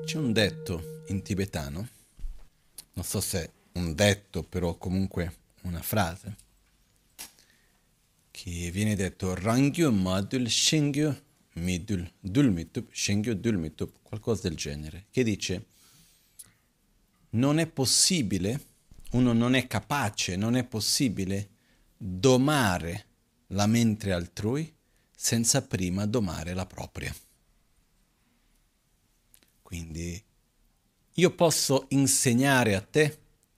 C'è un detto in tibetano, non so se è un detto, però comunque una frase, che viene detto Rangyo Madul Shingyo Midul Dulmitup Shingyo Dulmitup, qualcosa del genere, che dice non è possibile, uno non è capace, non è possibile domare la mente altrui senza prima domare la propria. Quindi io posso insegnare a te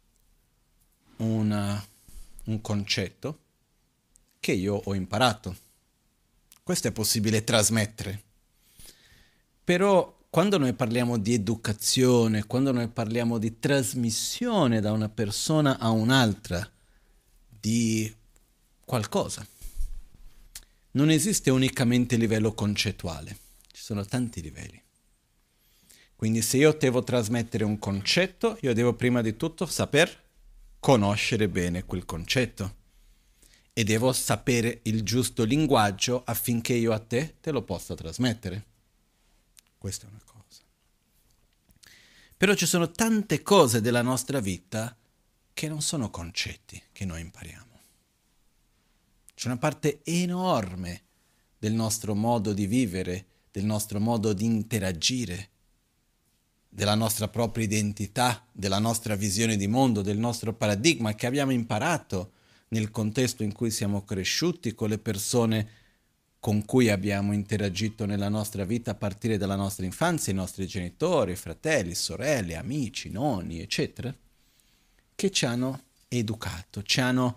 un concetto che io ho imparato. Questo è possibile trasmettere. Però quando noi parliamo di educazione, quando noi parliamo di trasmissione da una persona a un'altra di qualcosa, non esiste unicamente il livello concettuale, ci sono tanti livelli. Quindi se io devo trasmettere un concetto, io devo prima di tutto saper conoscere bene quel concetto e devo sapere il giusto linguaggio affinché io a te lo possa trasmettere. Questa è una cosa. Però ci sono tante cose della nostra vita che non sono concetti che noi impariamo. C'è una parte enorme del nostro modo di vivere, del nostro modo di interagire, della nostra propria identità, della nostra visione di mondo, del nostro paradigma che abbiamo imparato nel contesto in cui siamo cresciuti, con le persone con cui abbiamo interagito nella nostra vita a partire dalla nostra infanzia, i nostri genitori, fratelli, sorelle, amici, nonni, eccetera, che ci hanno educato, ci hanno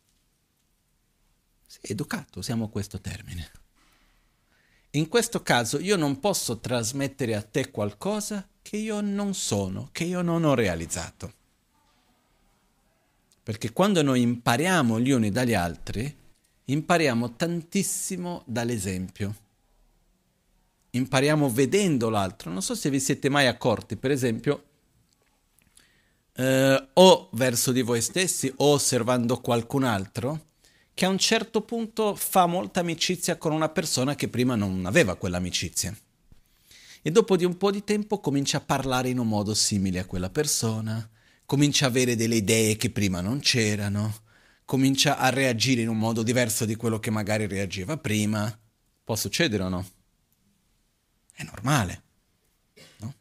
educato, usiamo questo termine. In questo caso io non posso trasmettere a te qualcosa che io non sono, che io non ho realizzato. Perché quando noi impariamo gli uni dagli altri, impariamo tantissimo dall'esempio. Impariamo vedendo l'altro. Non so se vi siete mai accorti, per esempio, o verso di voi stessi o osservando qualcun altro, che a un certo punto fa molta amicizia con una persona che prima non aveva quell'amicizia. E dopo di un po' di tempo comincia a parlare in un modo simile a quella persona, comincia a avere delle idee che prima non c'erano, comincia a reagire in un modo diverso di quello che magari reagiva prima. Può succedere o no? È normale, no?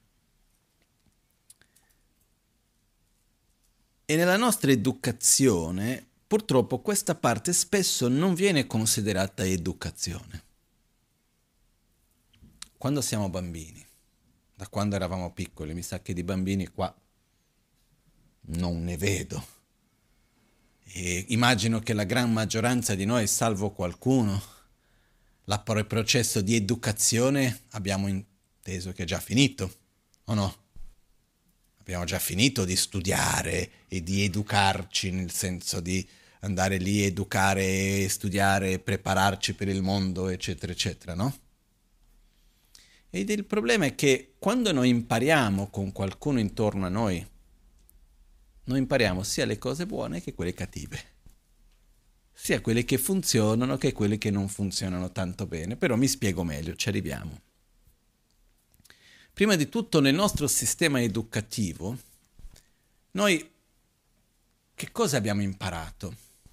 E nella nostra educazione, purtroppo, questa parte spesso non viene considerata educazione. Quando siamo bambini, da quando eravamo piccoli, mi sa che di bambini qua non ne vedo. E immagino che la gran maggioranza di noi, salvo qualcuno, il processo di educazione abbiamo inteso che è già finito, o no? Abbiamo già finito di studiare e di educarci, nel senso di andare lì, educare, studiare, prepararci per il mondo, eccetera, eccetera, no? Ed il problema è che quando noi impariamo con qualcuno intorno a noi impariamo sia le cose buone che quelle cattive, sia quelle che funzionano che quelle che non funzionano tanto bene. Però mi spiego meglio, ci arriviamo. Prima di tutto nel nostro sistema educativo, noi che cosa abbiamo imparato?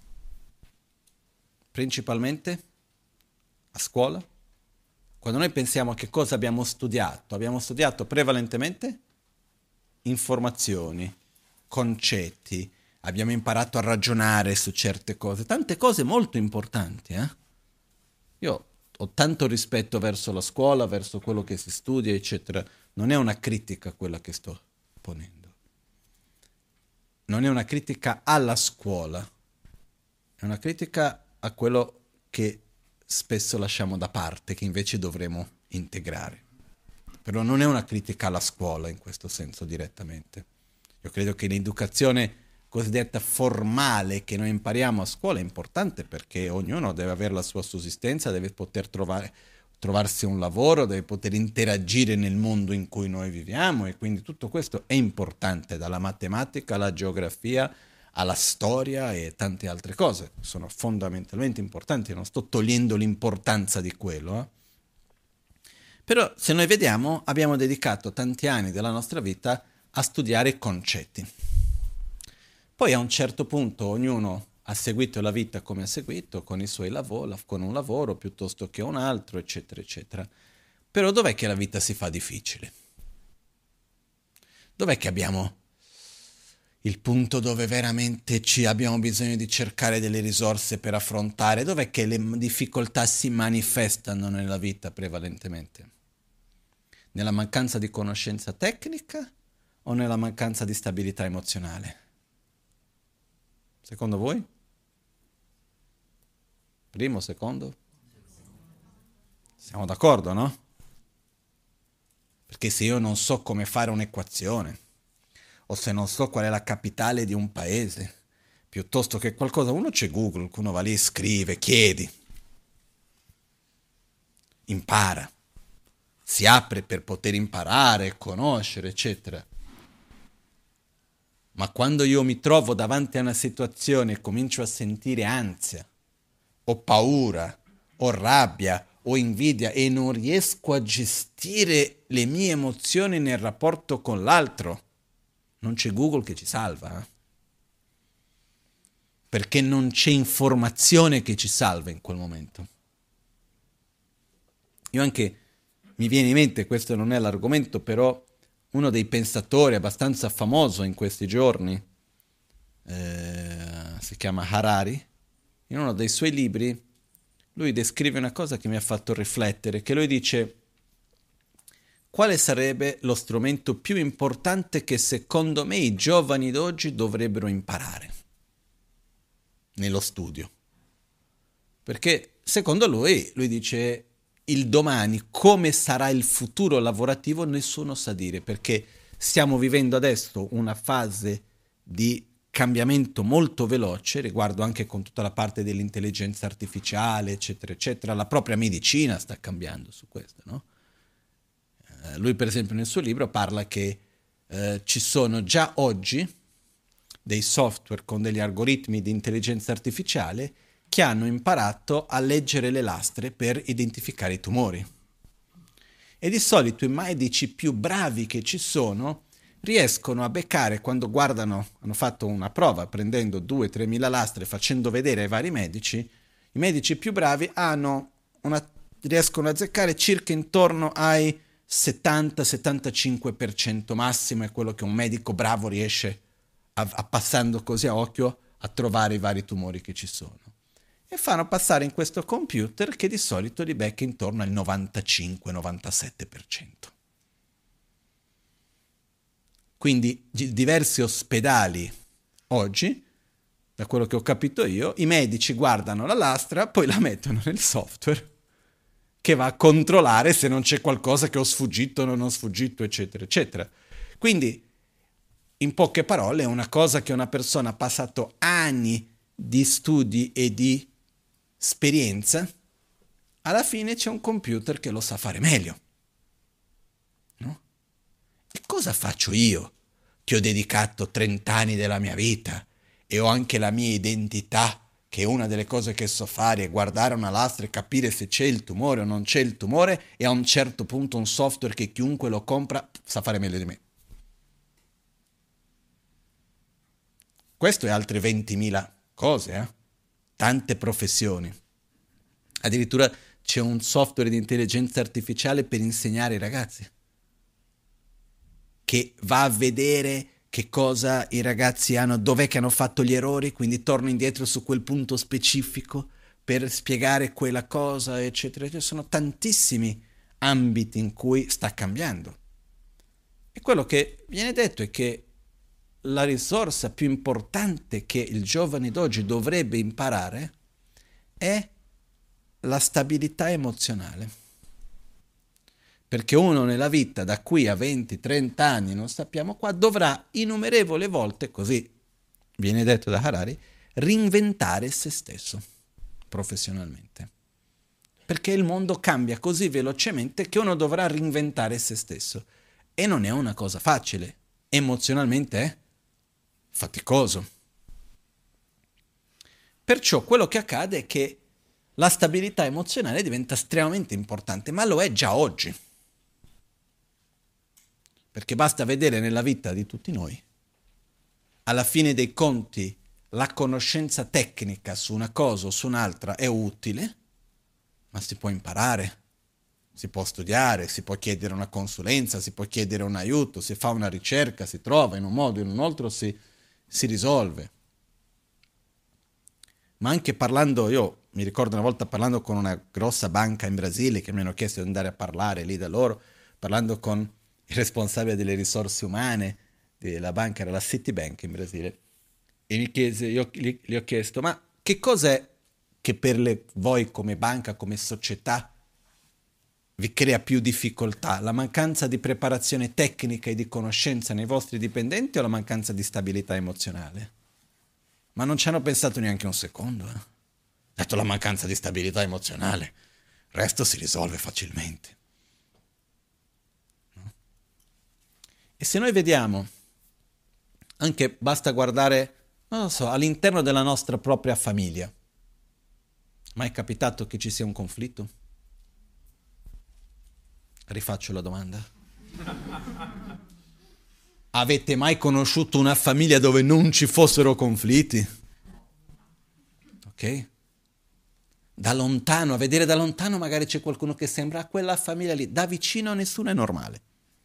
Principalmente a scuola. Quando noi pensiamo a che cosa abbiamo studiato prevalentemente informazioni, concetti, abbiamo imparato a ragionare su certe cose, tante cose molto importanti. Io ho tanto rispetto verso la scuola, verso quello che si studia, eccetera. Non è una critica quella che sto ponendo. Non è una critica alla scuola, è una critica a quello che spesso lasciamo da parte, che invece dovremo integrare. Però non è una critica alla scuola in questo senso direttamente. Io credo che l'educazione cosiddetta formale che noi impariamo a scuola è importante perché ognuno deve avere la sua sussistenza, deve poter trovarsi un lavoro, deve poter interagire nel mondo in cui noi viviamo, e quindi tutto questo è importante, dalla matematica alla geografia alla storia e tante altre cose. Sono fondamentalmente importanti, non sto togliendo l'importanza di quello. Però se noi vediamo, abbiamo dedicato tanti anni della nostra vita a studiare i concetti. Poi a un certo punto ognuno ha seguito la vita come ha seguito, con i suoi lavori, con un lavoro piuttosto che un altro, eccetera, eccetera. Però dov'è che la vita si fa difficile? Dov'è che abbiamo il punto dove veramente ci abbiamo bisogno di cercare delle risorse per affrontare? Dov'è che le difficoltà si manifestano nella vita prevalentemente? Nella mancanza di conoscenza tecnica o nella mancanza di stabilità emozionale? Secondo voi? Primo, secondo? Siamo d'accordo, no? Perché se io non so come fare un'equazione, o se non so qual è la capitale di un paese, piuttosto che qualcosa, uno c'è Google, uno va lì, scrive, chiedi, impara, si apre per poter imparare, conoscere, eccetera. Ma quando io mi trovo davanti a una situazione e comincio a sentire ansia, o paura, o rabbia, o invidia e non riesco a gestire le mie emozioni nel rapporto con l'altro, non c'è Google che ci salva, perché non c'è informazione che ci salva in quel momento. Io anche, mi viene in mente, questo non è l'argomento, però uno dei pensatori abbastanza famoso in questi giorni, si chiama Harari, in uno dei suoi libri lui descrive una cosa che mi ha fatto riflettere, che lui dice: quale sarebbe lo strumento più importante che secondo me i giovani d'oggi dovrebbero imparare nello studio? Perché secondo lui dice, il domani, come sarà il futuro lavorativo, nessuno sa dire, perché stiamo vivendo adesso una fase di cambiamento molto veloce, riguardo anche con tutta la parte dell'intelligenza artificiale, eccetera, eccetera. La propria medicina sta cambiando su questo, no? Lui per esempio nel suo libro parla che ci sono già oggi dei software con degli algoritmi di intelligenza artificiale che hanno imparato a leggere le lastre per identificare i tumori. E di solito i medici più bravi che ci sono riescono a beccare, quando guardano, hanno fatto una prova prendendo 2-3 mila lastre, facendo vedere ai vari medici, i medici più bravi riescono a azzeccare circa intorno ai 70-75% massimo, è quello che un medico bravo riesce passando così a occhio a trovare i vari tumori che ci sono. E fanno passare in questo computer che di solito li becca intorno al 95-97%. Quindi diversi ospedali oggi, da quello che ho capito io, i medici guardano la lastra, poi la mettono nel software che va a controllare se non c'è qualcosa che ho sfuggito o non ho sfuggito, eccetera, eccetera. Quindi, in poche parole, è una cosa che una persona ha passato anni di studi e di esperienza, alla fine c'è un computer che lo sa fare meglio. No? E cosa faccio io, che ho dedicato 30 anni della mia vita e ho anche la mia identità, che una delle cose che so fare è guardare una lastra e capire se c'è il tumore o non c'è il tumore, e a un certo punto un software che chiunque lo compra sa fare meglio di me. Questo e altre 20.000 cose, tante professioni. Addirittura c'è un software di intelligenza artificiale per insegnare ai ragazzi, che va a vedere che cosa i ragazzi hanno, dov'è che hanno fatto gli errori, quindi torna indietro su quel punto specifico per spiegare quella cosa, eccetera. Ci sono tantissimi ambiti in cui sta cambiando. E quello che viene detto è che la risorsa più importante che il giovane d'oggi dovrebbe imparare è la stabilità emozionale. Perché uno nella vita, da qui a 20-30 anni, non sappiamo qua, dovrà innumerevoli volte, così viene detto da Harari, reinventare se stesso professionalmente. Perché il mondo cambia così velocemente che uno dovrà reinventare se stesso. E non è una cosa facile. Emozionalmente è faticoso. Perciò quello che accade è che la stabilità emozionale diventa estremamente importante, ma lo è già oggi. Perché basta vedere nella vita di tutti noi, alla fine dei conti, la conoscenza tecnica su una cosa o su un'altra è utile, ma si può imparare, si può studiare, si può chiedere una consulenza, si può chiedere un aiuto, si fa una ricerca, si trova in un modo o in un altro, si risolve. Ma anche parlando, io mi ricordo una volta parlando con una grossa banca in Brasile che mi hanno chiesto di andare a parlare lì da loro, parlando con il responsabile delle risorse umane della banca, era la Citibank in Brasile, e mi chiese, io gli ho chiesto, ma che cos'è che per voi come banca, come società, vi crea più difficoltà? La mancanza di preparazione tecnica e di conoscenza nei vostri dipendenti o la mancanza di stabilità emozionale? Ma non ci hanno pensato neanche un secondo. Ho detto la mancanza di stabilità emozionale, il resto si risolve facilmente. No? E se noi vediamo, anche basta guardare, non lo so, all'interno della nostra propria famiglia, mai è capitato che ci sia un conflitto? Rifaccio la domanda. Avete mai conosciuto una famiglia dove non ci fossero conflitti? Ok? Da lontano, a vedere da lontano magari c'è qualcuno che sembra a quella famiglia lì. Da vicino nessuno è normale.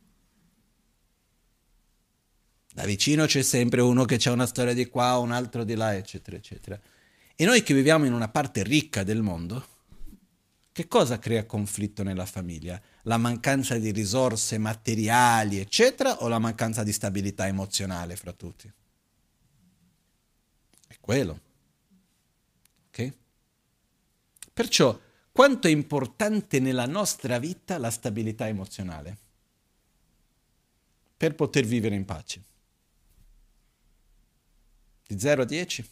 Da vicino c'è sempre uno che ha una storia di qua, un altro di là, eccetera, eccetera. E noi che viviamo in una parte ricca del mondo, che cosa crea conflitto nella famiglia? La mancanza di risorse materiali, eccetera, o la mancanza di stabilità emozionale fra tutti? È quello. Ok? Perciò, quanto è importante nella nostra vita la stabilità emozionale per poter vivere in pace? Di 0 a 10?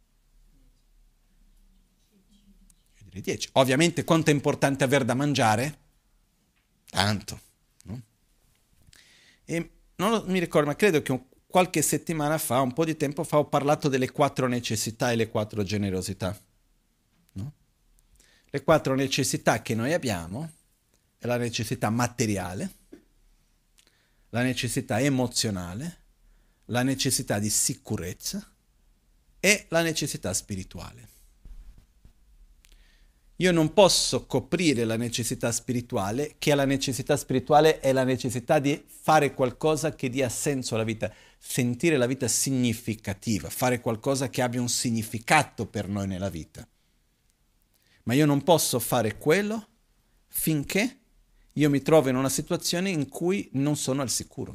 10. Ovviamente quanto è importante aver da mangiare? Tanto. No? E non mi ricordo, ma credo che qualche settimana fa, un po' di tempo fa, ho parlato delle 4 necessità e le 4 generosità. No? Le 4 necessità che noi abbiamo è la necessità materiale, la necessità emozionale, la necessità di sicurezza e la necessità spirituale. Io non posso coprire la necessità spirituale, che la necessità spirituale è la necessità di fare qualcosa che dia senso alla vita, sentire la vita significativa, fare qualcosa che abbia un significato per noi nella vita. Ma io non posso fare quello finché io mi trovo in una situazione in cui non sono al sicuro.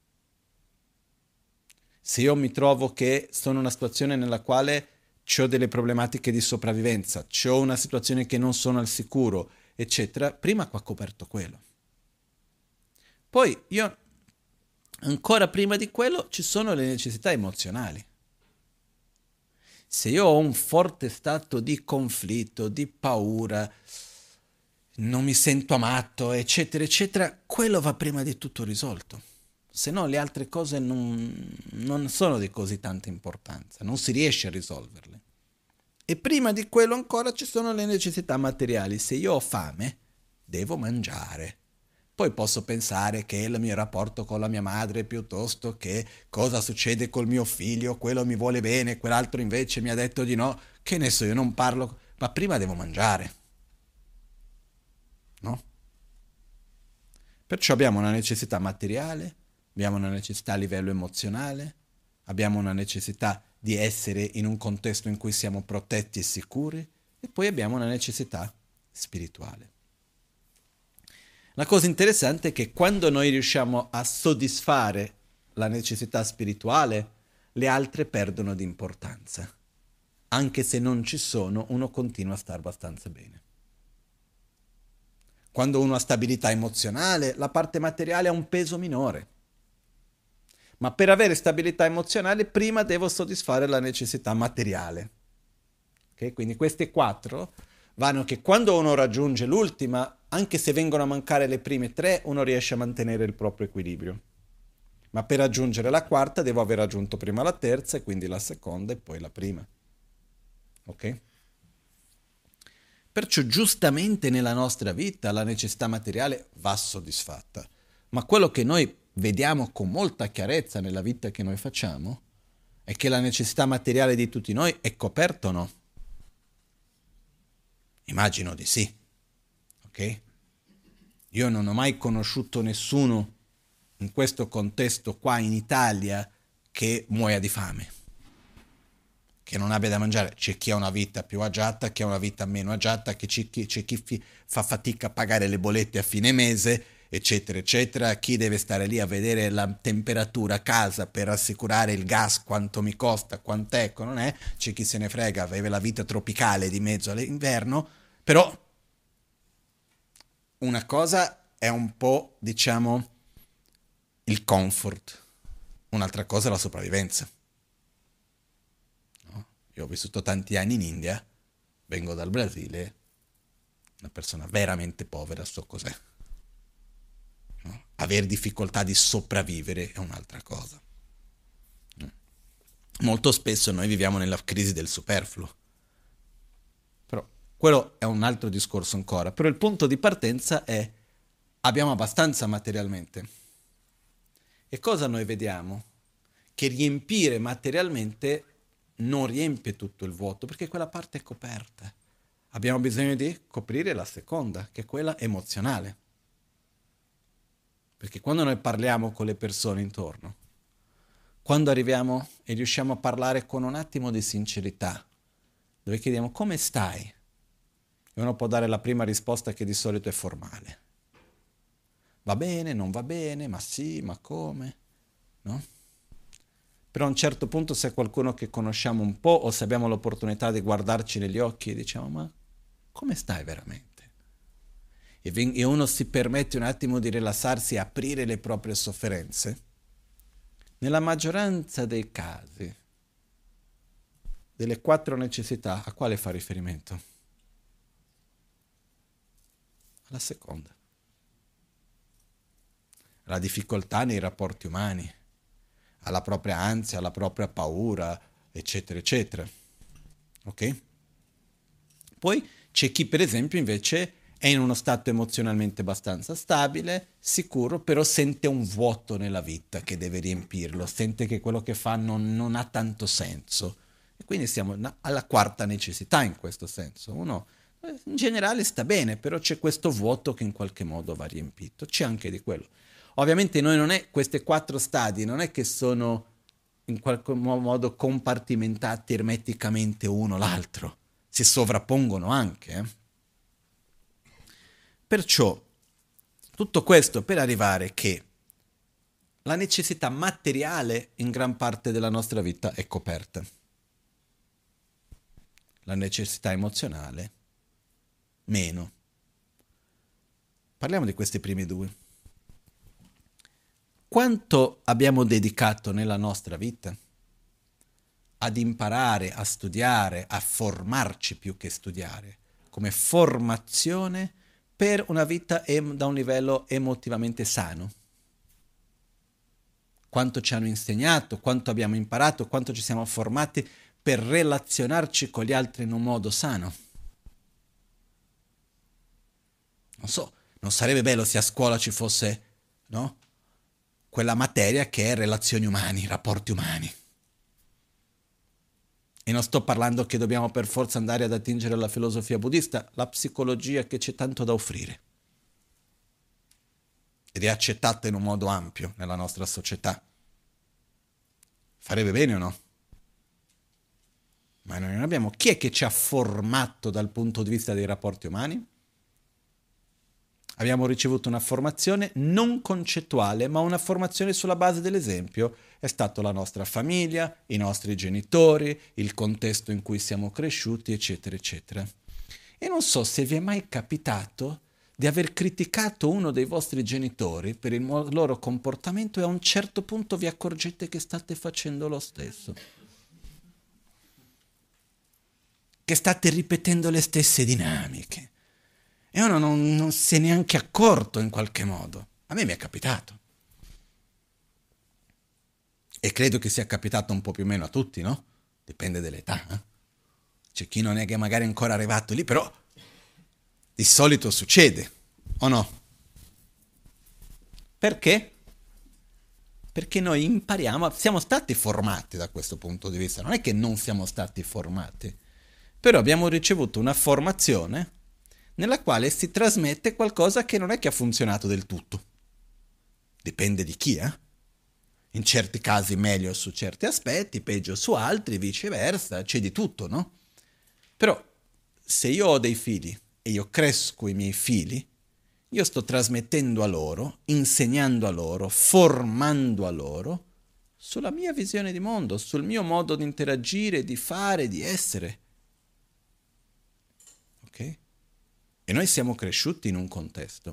Se io mi trovo che sono in una situazione nella quale ho delle problematiche di sopravvivenza, ho una situazione che non sono al sicuro, eccetera, prima va coperto quello. Poi io, ancora prima di quello, ci sono le necessità emozionali. Se io ho un forte stato di conflitto, di paura, non mi sento amato, eccetera, eccetera, quello va prima di tutto risolto. Se no le altre cose non sono di così tanta importanza, non si riesce a risolverle. E prima di quello ancora ci sono le necessità materiali. Se io ho fame, devo mangiare. Poi posso pensare che il mio rapporto con la mia madre, piuttosto che cosa succede col mio figlio, quello mi vuole bene, quell'altro invece mi ha detto di no, che ne so, io non parlo, ma prima devo mangiare. No? Perciò abbiamo una necessità materiale, abbiamo una necessità a livello emozionale, abbiamo una necessità di essere in un contesto in cui siamo protetti e sicuri, e poi abbiamo una necessità spirituale. La cosa interessante è che quando noi riusciamo a soddisfare la necessità spirituale, le altre perdono di importanza. Anche se non ci sono, uno continua a stare abbastanza bene. Quando uno ha stabilità emozionale, la parte materiale ha un peso minore. Ma per avere stabilità emozionale prima devo soddisfare la necessità materiale. Okay? Quindi queste 4 vanno che quando uno raggiunge l'ultima, anche se vengono a mancare le prime 3, uno riesce a mantenere il proprio equilibrio. Ma per raggiungere la quarta devo aver raggiunto prima la terza e quindi la seconda e poi la prima. Ok? Perciò giustamente nella nostra vita la necessità materiale va soddisfatta. Ma quello che noi vediamo con molta chiarezza nella vita che noi facciamo è che la necessità materiale di tutti noi è coperta o no? Immagino di sì, ok? Io non ho mai conosciuto nessuno in questo contesto qua in Italia che muoia di fame, che non abbia da mangiare. C'è chi ha una vita più agiata, chi ha una vita meno agiata, c'è chi fa fatica a pagare le bollette a fine mese, eccetera, eccetera. Chi deve stare lì a vedere la temperatura a casa per assicurare il gas, quanto mi costa, quant'è, non è. C'è chi se ne frega, vive la vita tropicale di mezzo all'inverno, però una cosa è un po', diciamo, il comfort, un'altra cosa è la sopravvivenza. No? Io ho vissuto tanti anni in India, vengo dal Brasile, una persona veramente povera, so cos'è. No? Avere difficoltà di sopravvivere è un'altra cosa. No? Molto spesso noi viviamo nella crisi del superfluo, però quello è un altro discorso ancora. Però il punto di partenza è abbiamo abbastanza materialmente. E cosa noi vediamo? Che riempire materialmente non riempie tutto il vuoto, perché quella parte è coperta. Abbiamo bisogno di coprire la seconda, che è quella emozionale. Perché quando noi parliamo con le persone intorno, quando arriviamo e riusciamo a parlare con un attimo di sincerità, dove chiediamo come stai? E uno può dare la prima risposta che di solito è formale. Va bene, non va bene, ma sì, ma come? No? Però a un certo punto se è qualcuno che conosciamo un po' o se abbiamo l'opportunità di guardarci negli occhi e diciamo ma come stai veramente? E uno si permette un attimo di rilassarsi e aprire le proprie sofferenze. Nella maggioranza dei casi, delle 4 necessità, a quale fa riferimento? Alla seconda. La difficoltà nei rapporti umani, alla propria ansia, alla propria paura, eccetera, eccetera. Ok? Poi c'è chi, per esempio, invece è in uno stato emozionalmente abbastanza stabile, sicuro, però sente un vuoto nella vita che deve riempirlo, sente che quello che fa non ha tanto senso. E quindi siamo alla 4ª necessità in questo senso. Uno in generale sta bene, però c'è questo vuoto che in qualche modo va riempito. C'è anche di quello. Ovviamente noi non è, queste 4 stadi non è che sono in qualche modo compartimentati ermeticamente uno l'altro, si sovrappongono anche. Perciò tutto questo per arrivare che la necessità materiale in gran parte della nostra vita è coperta. La necessità emozionale meno. Parliamo di questi primi 2. Quanto abbiamo dedicato nella nostra vita ad imparare, a studiare, a formarci più che studiare, come formazione per una vita da un livello emotivamente sano? Quanto ci hanno insegnato, quanto abbiamo imparato, quanto ci siamo formati per relazionarci con gli altri in un modo sano? Non so, non sarebbe bello se a scuola ci fosse, no? Quella materia che è relazioni umane, rapporti umani. E non sto parlando che dobbiamo per forza andare ad attingere alla filosofia buddista, la psicologia che c'è tanto da offrire. Ed è accettata in un modo ampio nella nostra società. Farebbe bene o no? Ma noi non abbiamo. Chi è che ci ha formato dal punto di vista dei rapporti umani? Abbiamo ricevuto una formazione non concettuale, ma una formazione sulla base dell'esempio. È stata la nostra famiglia, i nostri genitori, il contesto in cui siamo cresciuti, eccetera, eccetera. E non so se vi è mai capitato di aver criticato uno dei vostri genitori per il loro comportamento e a un certo punto vi accorgete che state facendo lo stesso. Che state ripetendo le stesse dinamiche. E uno non si è neanche accorto in qualche modo. A me mi è capitato. E credo che sia capitato un po' più o meno a tutti, no? Dipende dall'età. C'è chi non è che magari è ancora arrivato lì, però di solito succede, o no? Perché? perché noi impariamo, siamo stati formati da questo punto di vista, non è che non siamo stati formati, però abbiamo ricevuto una formazione nella quale si trasmette qualcosa che non è che ha funzionato del tutto. Dipende di chi, eh? In certi casi meglio su certi aspetti, peggio su altri, viceversa, c'è di tutto, no? Però se io ho dei figli e io cresco i miei figli, io sto trasmettendo a loro, insegnando a loro, formando a loro sulla mia visione di mondo, sul mio modo di interagire, di fare, di essere. Ok? E noi siamo cresciuti in un contesto.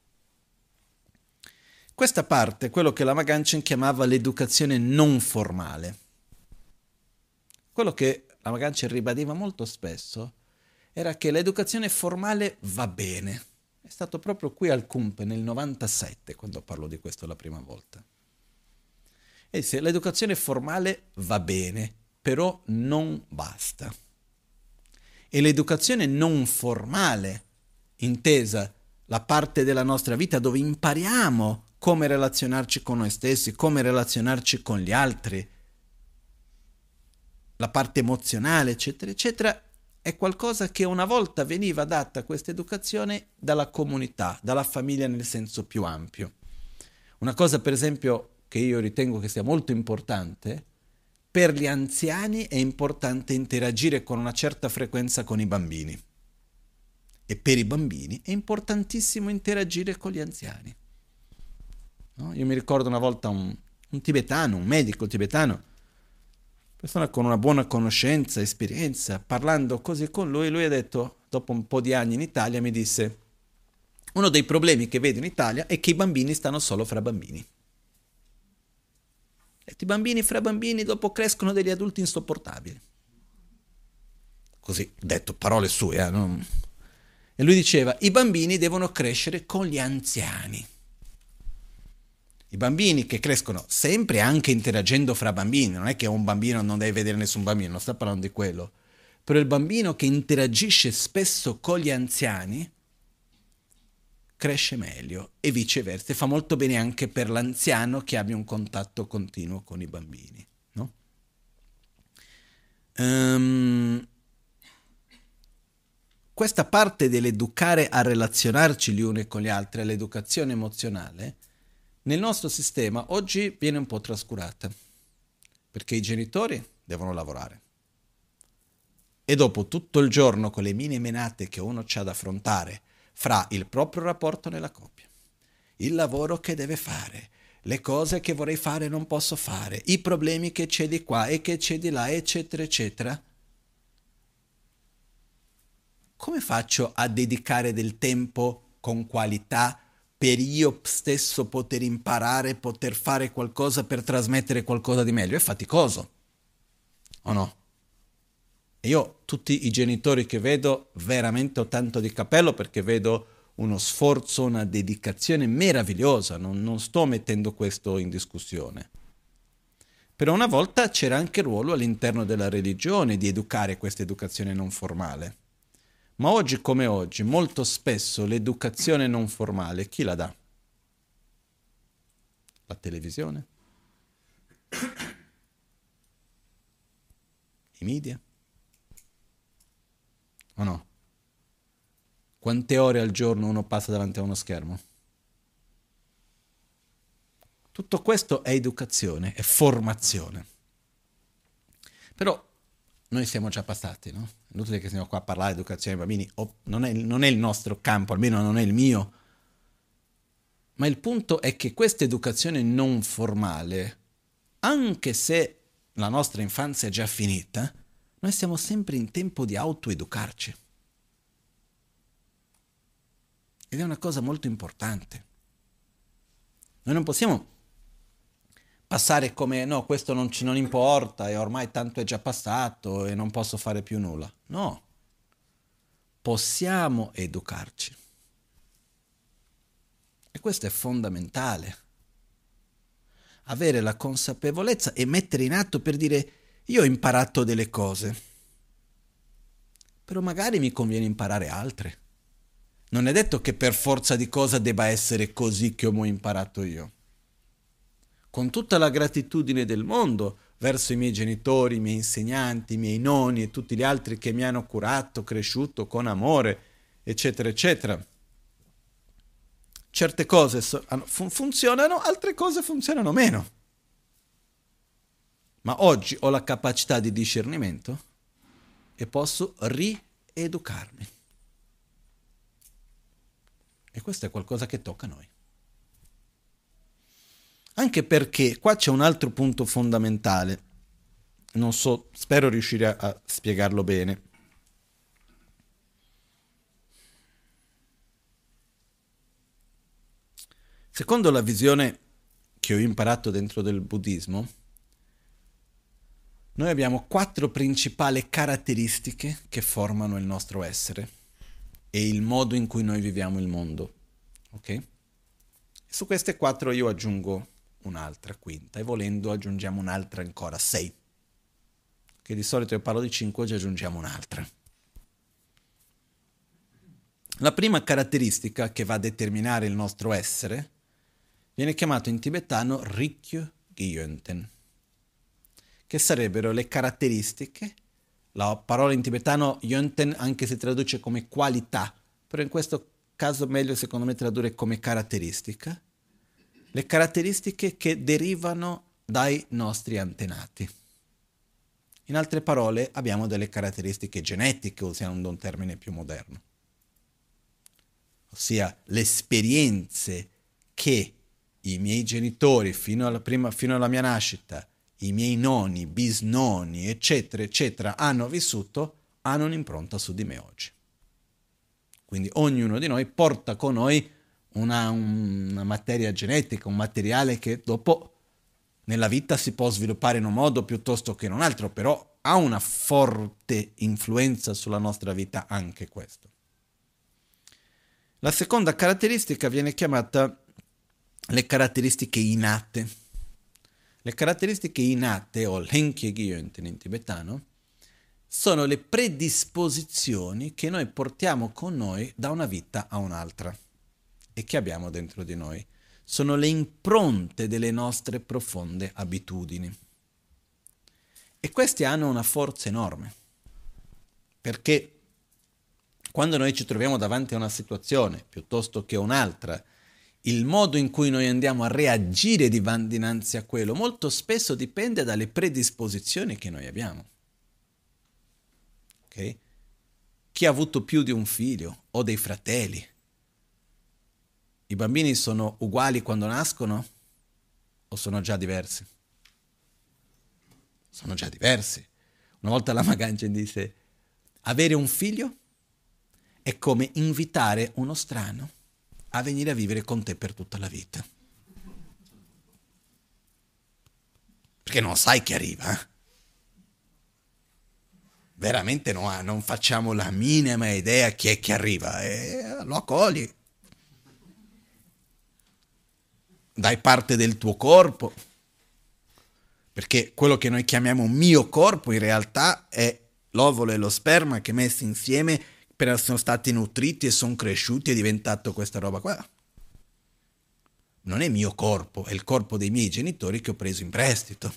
Questa parte è quello che la Maganchen chiamava l'educazione non formale. Quello che la Maganchen ribadiva molto spesso era che l'educazione formale va bene. È stato proprio qui al CUMP nel 97 quando parlo di questo la prima volta. E se l'educazione formale va bene, però non basta. E l'educazione non formale, intesa la parte della nostra vita dove impariamo come relazionarci con noi stessi, come relazionarci con gli altri, la parte emozionale, eccetera, eccetera, è qualcosa che una volta veniva data questa educazione dalla comunità, dalla famiglia nel senso più ampio. Una cosa, per esempio, che io ritengo che sia molto importante, per gli anziani è importante interagire con una certa frequenza con i bambini. E per i bambini è importantissimo interagire con gli anziani. No? Io mi ricordo una volta un tibetano, un medico tibetano, persona con una buona conoscenza, esperienza, parlando così con lui ha detto, dopo un po' di anni in Italia, mi disse, uno dei problemi che vedo in Italia è che i bambini stanno solo fra bambini. E i bambini fra bambini dopo crescono degli adulti insopportabili. Così, detto, parole sue, no? E lui diceva, i bambini devono crescere con gli anziani. I bambini che crescono sempre anche interagendo fra bambini, non è che un bambino non deve vedere nessun bambino, non sto parlando di quello, però il bambino che interagisce spesso con gli anziani cresce meglio e viceversa, e fa molto bene anche per l'anziano che abbia un contatto continuo con i bambini, no? Questa parte dell'educare a relazionarci gli uni con gli altri, l'educazione emozionale, nel nostro sistema oggi viene un po' trascurata, perché i genitori devono lavorare. E dopo tutto il giorno con le mine menate che uno c'ha da affrontare fra il proprio rapporto nella coppia, il lavoro che deve fare, le cose che vorrei fare e non posso fare, i problemi che c'è di qua e che c'è di là, eccetera, eccetera, come faccio a dedicare del tempo con qualità per io stesso poter imparare, poter fare qualcosa per trasmettere qualcosa di meglio? È faticoso, o no? E io tutti i genitori che vedo veramente ho tanto di cappello perché vedo uno sforzo, una dedicazione meravigliosa, non sto mettendo questo in discussione. Però una volta c'era anche il ruolo all'interno della religione di educare questa educazione non formale. Ma oggi come oggi, molto spesso l'educazione non formale, chi la dà? La televisione? I media? O no? Quante ore al giorno uno passa davanti a uno schermo? Tutto questo è educazione, è formazione. Però noi siamo già passati, no? È inutile che siamo qua a parlare di educazione ai bambini, non è il nostro campo, almeno non è il mio. Ma il punto è che questa educazione non formale, anche se la nostra infanzia è già finita, noi siamo sempre in tempo di autoeducarci. Ed è una cosa molto importante. Noi non possiamo passare come no, questo non importa e ormai tanto è già passato e non posso fare più nulla. No, possiamo educarci. E questo è fondamentale. Avere la consapevolezza e mettere in atto per dire io ho imparato delle cose, però magari mi conviene imparare altre. Non è detto che per forza di cosa debba essere così come ho imparato io. con tutta la gratitudine del mondo verso i miei genitori, i miei insegnanti, i miei nonni e tutti gli altri che mi hanno curato, cresciuto con amore, eccetera, eccetera. Certe cose funzionano, altre cose funzionano meno. Ma oggi ho la capacità di discernimento e posso rieducarmi. E questo è qualcosa che tocca a noi. Anche perché qua c'è un altro punto fondamentale. Non so, spero riuscire a spiegarlo bene. Secondo la visione che ho imparato dentro del buddismo, noi abbiamo 4 principali caratteristiche che formano il nostro essere e il modo in cui noi viviamo il mondo. Ok? E su queste 4 io aggiungo un'altra quinta e volendo aggiungiamo un'altra ancora, 6. Che di solito io parlo di 5, oggi aggiungiamo un'altra. La prima caratteristica che va a determinare il nostro essere viene chiamato in tibetano Rikyu Gyönten, che sarebbero le caratteristiche. La parola in tibetano Yönten anche si traduce come qualità, però in questo caso meglio secondo me tradurre come caratteristica. Le caratteristiche che derivano dai nostri antenati. In altre parole, abbiamo delle caratteristiche genetiche, usando un termine più moderno. Ossia, le esperienze che i miei genitori fino alla mia nascita, i miei nonni, bisnonni, eccetera, eccetera, hanno vissuto, hanno un'impronta su di me oggi. Quindi ognuno di noi porta con noi una materia genetica, un materiale che dopo nella vita si può sviluppare in un modo piuttosto che in un altro, però ha una forte influenza sulla nostra vita anche questo. La seconda caratteristica viene chiamata le caratteristiche innate. Le caratteristiche innate, o l'Enkyē Gyönten in tibetano, sono le predisposizioni che noi portiamo con noi da una vita a un'altra e che abbiamo dentro di noi. Sono le impronte delle nostre profonde abitudini. E queste hanno una forza enorme, perché quando noi ci troviamo davanti a una situazione piuttosto che un'altra, il modo in cui noi andiamo a reagire dinanzi a quello molto spesso dipende dalle predisposizioni che noi abbiamo. Okay? Chi ha avuto più di un figlio o dei fratelli? I bambini sono uguali quando nascono o sono già diversi? Sono già diversi. Una volta la Maganchen disse: avere un figlio è come invitare uno strano a venire a vivere con te per tutta la vita. Perché non sai chi arriva. Veramente no, non facciamo la minima idea chi è che arriva e lo accogli. Dai parte del tuo corpo, perché quello che noi chiamiamo mio corpo in realtà è l'ovulo e lo sperma che messi insieme sono stati nutriti e sono cresciuti e è diventato questa roba qua. Non è mio corpo, è il corpo dei miei genitori che ho preso in prestito,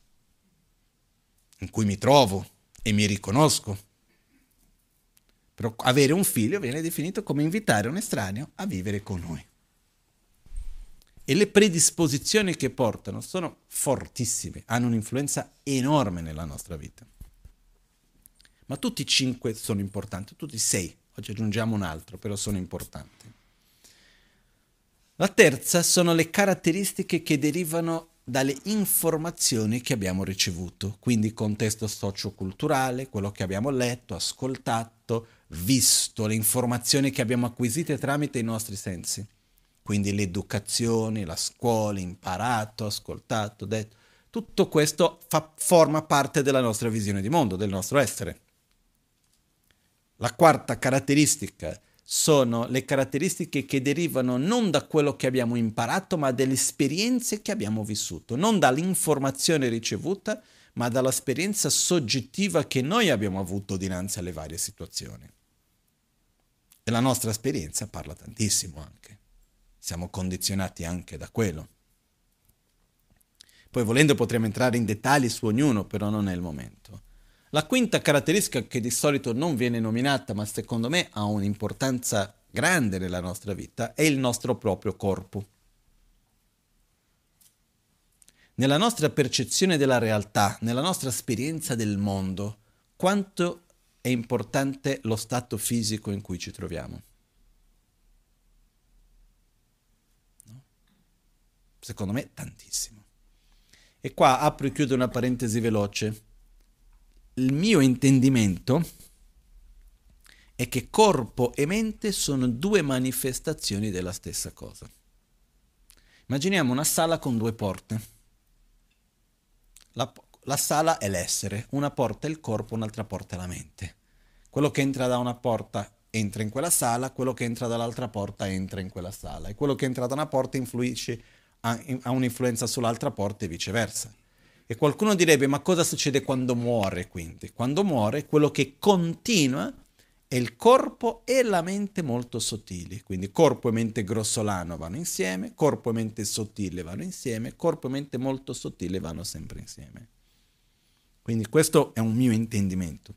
in cui mi trovo e mi riconosco. Però avere un figlio viene definito come invitare un estraneo a vivere con noi. E le predisposizioni che portano sono fortissime, hanno un'influenza enorme nella nostra vita. Ma tutti i 5 sono importanti, tutti i 6, oggi aggiungiamo un altro, però sono importanti. La terza sono le caratteristiche che derivano dalle informazioni che abbiamo ricevuto, quindi contesto socioculturale, quello che abbiamo letto, ascoltato, visto, le informazioni che abbiamo acquisite tramite i nostri sensi. Quindi l'educazione, la scuola, imparato, ascoltato, detto. Tutto questo forma parte della nostra visione di mondo, del nostro essere. La quarta caratteristica sono le caratteristiche che derivano non da quello che abbiamo imparato, ma dalle esperienze che abbiamo vissuto, non dall'informazione ricevuta, ma dall'esperienza soggettiva che noi abbiamo avuto dinanzi alle varie situazioni. E la nostra esperienza parla tantissimo anche. Siamo condizionati anche da quello. Poi volendo potremmo entrare in dettagli su ognuno, però non è il momento. La quinta caratteristica che di solito non viene nominata, ma secondo me ha un'importanza grande nella nostra vita, è il nostro proprio corpo. Nella nostra percezione della realtà, nella nostra esperienza del mondo, quanto è importante lo stato fisico in cui ci troviamo. No? Secondo me tantissimo. E qua apro e chiudo una parentesi veloce. Il mio intendimento è che corpo e mente sono due manifestazioni della stessa cosa. Immaginiamo una sala con due porte. La sala è l'essere, una porta è il corpo, un'altra porta è la mente. Quello che entra da una porta entra in quella sala, quello che entra dall'altra porta entra in quella sala e quello che entra da una porta ha un'influenza sull'altra porta e viceversa. E qualcuno direbbe, ma cosa succede quando muore quindi? Quando muore, quello che continua è il corpo e la mente molto sottili. Quindi corpo e mente grossolano vanno insieme, corpo e mente sottile vanno insieme, corpo e mente molto sottile vanno sempre insieme. Quindi questo è un mio intendimento.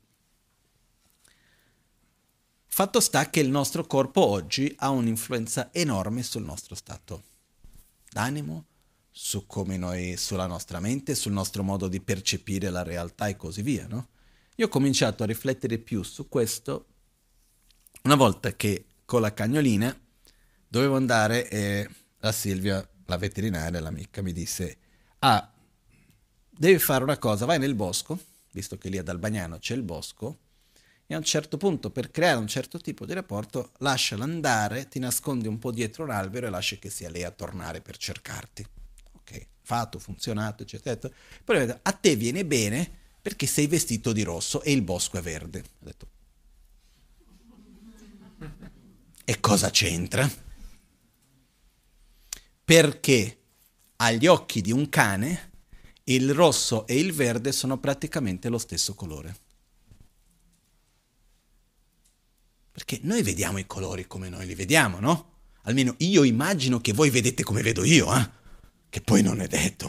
Fatto sta che il nostro corpo oggi ha un'influenza enorme sul nostro stato d'animo, su come noi, sulla nostra mente, sul nostro modo di percepire la realtà e così via, no? Io ho cominciato a riflettere più su questo una volta che con la cagnolina dovevo andare e la Silvia, la veterinaria, l'amica, mi disse: ah, devi fare una cosa, vai nel bosco, visto che lì ad Albagnano c'è il bosco, e a un certo punto, per creare un certo tipo di rapporto, lasciala andare, ti nascondi un po' dietro un albero e lasci che sia lei a tornare per cercarti. Ok, fatto, funzionato, eccetera. Poi a te viene bene perché sei vestito di rosso e il bosco è verde. Ho detto, e cosa c'entra? Perché agli occhi di un cane il rosso e il verde sono praticamente lo stesso colore. Perché noi vediamo i colori come noi li vediamo, no? Almeno io immagino che voi vedete come vedo io, che poi non è detto.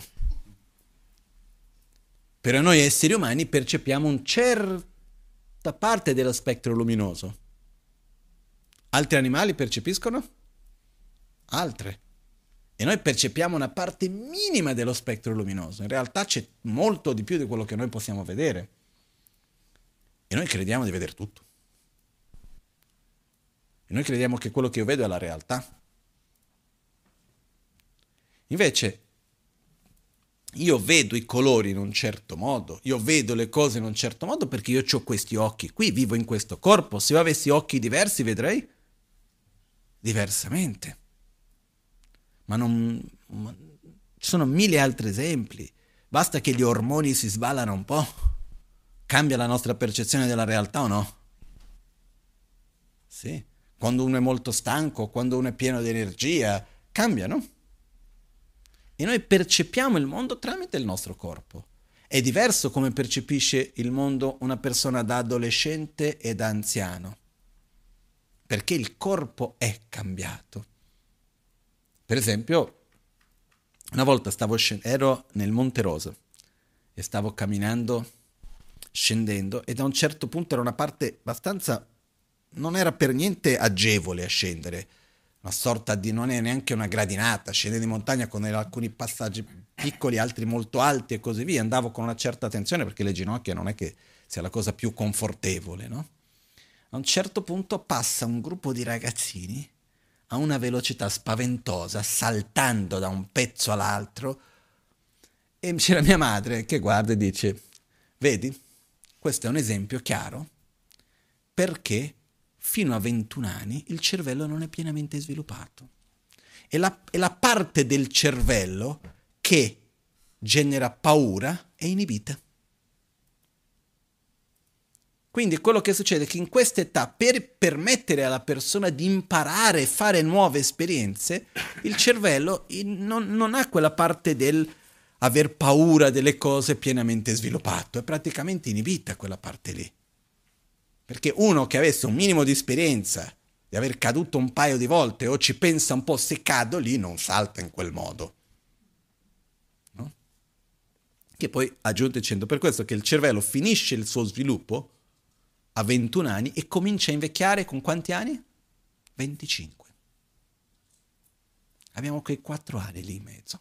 Però noi esseri umani percepiamo una certa parte dello spettro luminoso. Altri animali percepiscono? Altre. E noi percepiamo una parte minima dello spettro luminoso. In realtà c'è molto di più di quello che noi possiamo vedere. E noi crediamo di vedere tutto. E noi crediamo che quello che io vedo è la realtà. Invece, io vedo i colori in un certo modo, io vedo le cose in un certo modo perché io ho questi occhi. Qui vivo in questo corpo. Se io avessi occhi diversi, vedrei diversamente. Ma ci sono mille altri esempi. Basta che gli ormoni si sballano un po'. Cambia la nostra percezione della realtà o no? Sì. Quando uno è molto stanco, quando uno è pieno di energia, cambia, no? E noi percepiamo il mondo tramite il nostro corpo. È diverso come percepisce il mondo una persona da adolescente e da anziano. Perché il corpo è cambiato. Per esempio, una volta ero nel Monte Rosa e stavo camminando, scendendo, e da un certo punto era una parte abbastanza, non era per niente agevole a scendere, una sorta di, non è neanche una gradinata, scendere in montagna con alcuni passaggi piccoli, altri molto alti e così via, andavo con una certa attenzione perché le ginocchia non è che sia la cosa più confortevole, no? A un certo punto passa un gruppo di ragazzini a una velocità spaventosa, saltando da un pezzo all'altro, e c'era mia madre che guarda e dice: vedi, questo è un esempio chiaro perché fino a 21 anni il cervello non è pienamente sviluppato. E la parte del cervello che genera paura è inibita. Quindi quello che succede è che in questa età, per permettere alla persona di imparare e fare nuove esperienze, il cervello non ha quella parte del aver paura delle cose pienamente sviluppato, è praticamente inibita quella parte lì. Perché uno che avesse un minimo di esperienza, di aver caduto un paio di volte o ci pensa un po', se cado lì non salta in quel modo. No? che poi ha aggiunto dicendo per questo che il cervello finisce il suo sviluppo a 21 anni e comincia a invecchiare con quanti anni? 25. Abbiamo quei 4 anni lì in mezzo.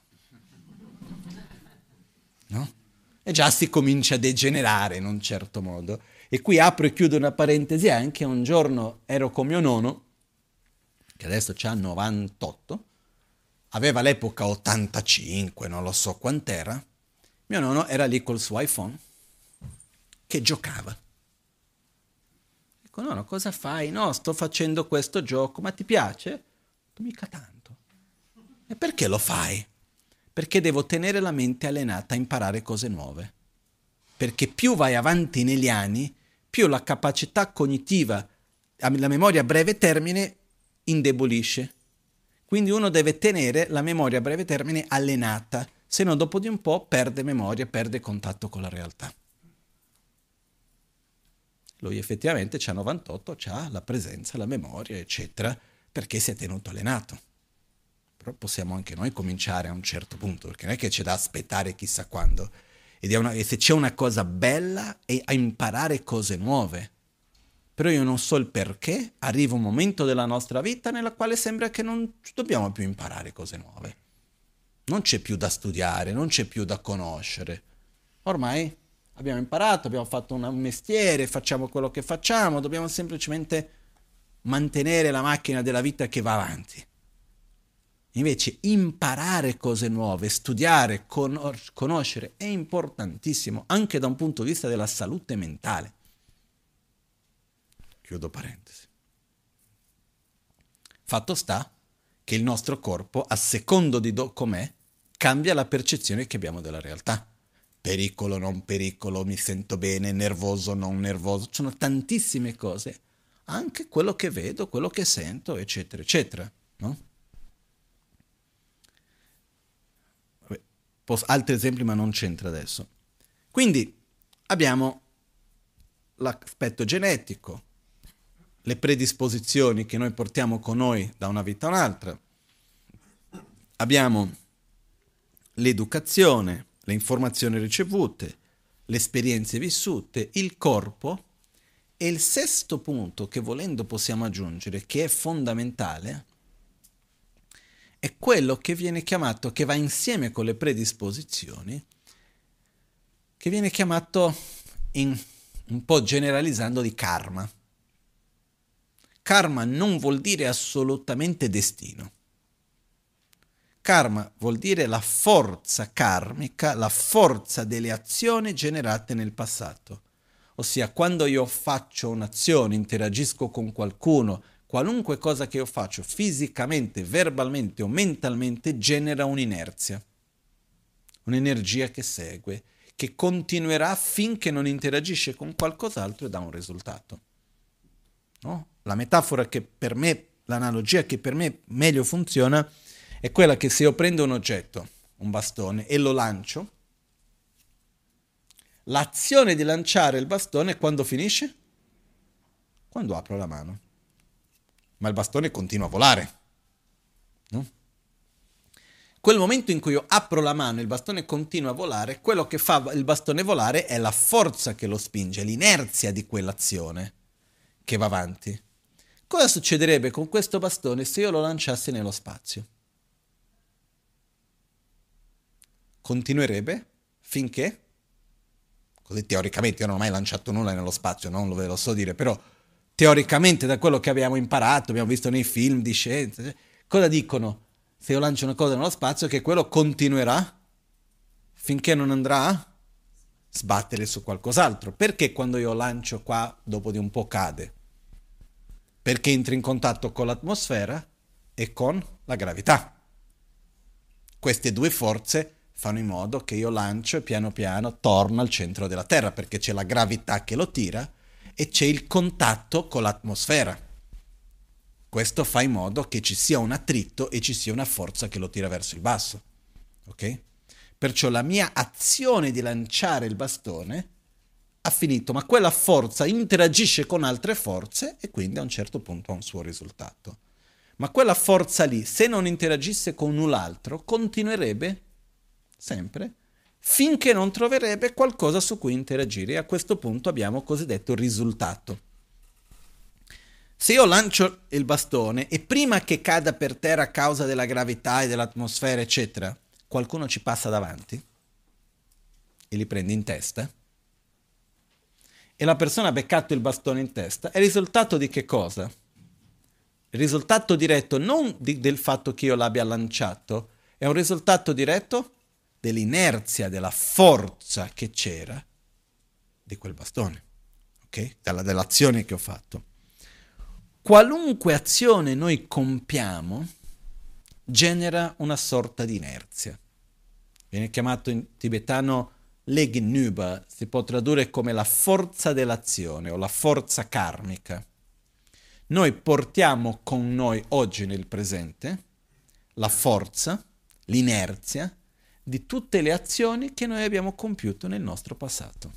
No? E già si comincia a degenerare in un certo modo. E qui apro e chiudo una parentesi anche, un giorno ero con mio nonno, che adesso ha 98, aveva all'epoca 85, non lo so quant'era, mio nonno era lì col suo iPhone, che giocava. Dico, nonno, cosa fai? No, sto facendo questo gioco, ma ti piace? Mica tanto. E perché lo fai? Perché devo tenere la mente allenata a imparare cose nuove. Perché più vai avanti negli anni, più la capacità cognitiva, la memoria a breve termine, indebolisce. Quindi uno deve tenere la memoria a breve termine allenata, se no dopo di un po' perde memoria, perde contatto con la realtà. Lui effettivamente c'ha 98, c'ha la presenza, la memoria, eccetera, perché si è tenuto allenato. Però possiamo anche noi cominciare a un certo punto, perché non è che c'è da aspettare chissà quando. E se c'è una cosa bella è a imparare cose nuove. Però io non so il perché, arriva un momento della nostra vita nella quale sembra che non dobbiamo più imparare cose nuove. Non c'è più da studiare, non c'è più da conoscere. Ormai abbiamo imparato, abbiamo fatto un mestiere, facciamo quello che facciamo, dobbiamo semplicemente mantenere la macchina della vita che va avanti. Invece imparare cose nuove, studiare, conoscere è importantissimo anche da un punto di vista della salute mentale. Chiudo parentesi. Fatto sta che il nostro corpo, a secondo di com'è, cambia la percezione che abbiamo della realtà. Pericolo, non pericolo, mi sento bene, nervoso, non nervoso. Ci sono tantissime cose. Anche quello che vedo, quello che sento, eccetera, eccetera. No? Altri esempi, ma non c'entra adesso. Quindi abbiamo l'aspetto genetico, le predisposizioni che noi portiamo con noi da una vita a un'altra, abbiamo l'educazione, le informazioni ricevute, le esperienze vissute, il corpo e il sesto punto che volendo possiamo aggiungere, che è fondamentale, è quello che viene chiamato, che va insieme con le predisposizioni, che viene chiamato, un po' generalizzando, di karma. Karma non vuol dire assolutamente destino. Karma vuol dire la forza karmica, la forza delle azioni generate nel passato. Ossia, quando io faccio un'azione, interagisco con qualcuno, qualunque cosa che io faccio, fisicamente, verbalmente o mentalmente, genera un'inerzia, un'energia che segue, che continuerà finché non interagisce con qualcos'altro e dà un risultato. No? La metafora che per me, l'analogia che per me meglio funziona, è quella che se io prendo un oggetto, un bastone, e lo lancio, l'azione di lanciare il bastone quando finisce? Quando apro la mano. Ma il bastone continua a volare. No? Quel momento in cui io apro la mano e il bastone continua a volare, quello che fa il bastone volare è la forza che lo spinge, l'inerzia di quell'azione che va avanti. Cosa succederebbe con questo bastone se io lo lanciassi nello spazio? Continuerebbe finché, così teoricamente, io non ho mai lanciato nulla nello spazio, non ve lo so dire, però teoricamente da quello che abbiamo imparato, abbiamo visto nei film di scienza, cosa dicono se io lancio una cosa nello spazio? Che quello continuerà finché non andrà a sbattere su qualcos'altro. Perché quando io lancio qua, dopo di un po' cade? Perché entra in contatto con l'atmosfera e con la gravità. Queste due forze fanno in modo che io lancio e piano piano torna al centro della Terra, perché c'è la gravità che lo tira e c'è il contatto con l'atmosfera. Questo fa in modo che ci sia un attrito e ci sia una forza che lo tira verso il basso. Ok? Perciò la mia azione di lanciare il bastone ha finito, ma quella forza interagisce con altre forze e quindi a un certo punto ha un suo risultato. Ma quella forza lì, se non interagisse con null'altro, continuerebbe sempre finché non troverebbe qualcosa su cui interagire. E a questo punto abbiamo cosiddetto risultato. Se io lancio il bastone e prima che cada per terra a causa della gravità e dell'atmosfera, eccetera, qualcuno ci passa davanti e li prende in testa, e la persona ha beccato il bastone in testa, è il risultato di che cosa? Il risultato diretto non del fatto che io l'abbia lanciato, è un risultato diretto dell'inerzia, della forza che c'era di quel bastone, ok? Dell'azione che ho fatto. Qualunque azione noi compiamo genera una sorta di inerzia. Viene chiamato in tibetano Legnuba, si può tradurre come la forza dell'azione o la forza karmica. Noi portiamo con noi oggi nel presente la forza, l'inerzia di tutte le azioni che noi abbiamo compiuto nel nostro passato.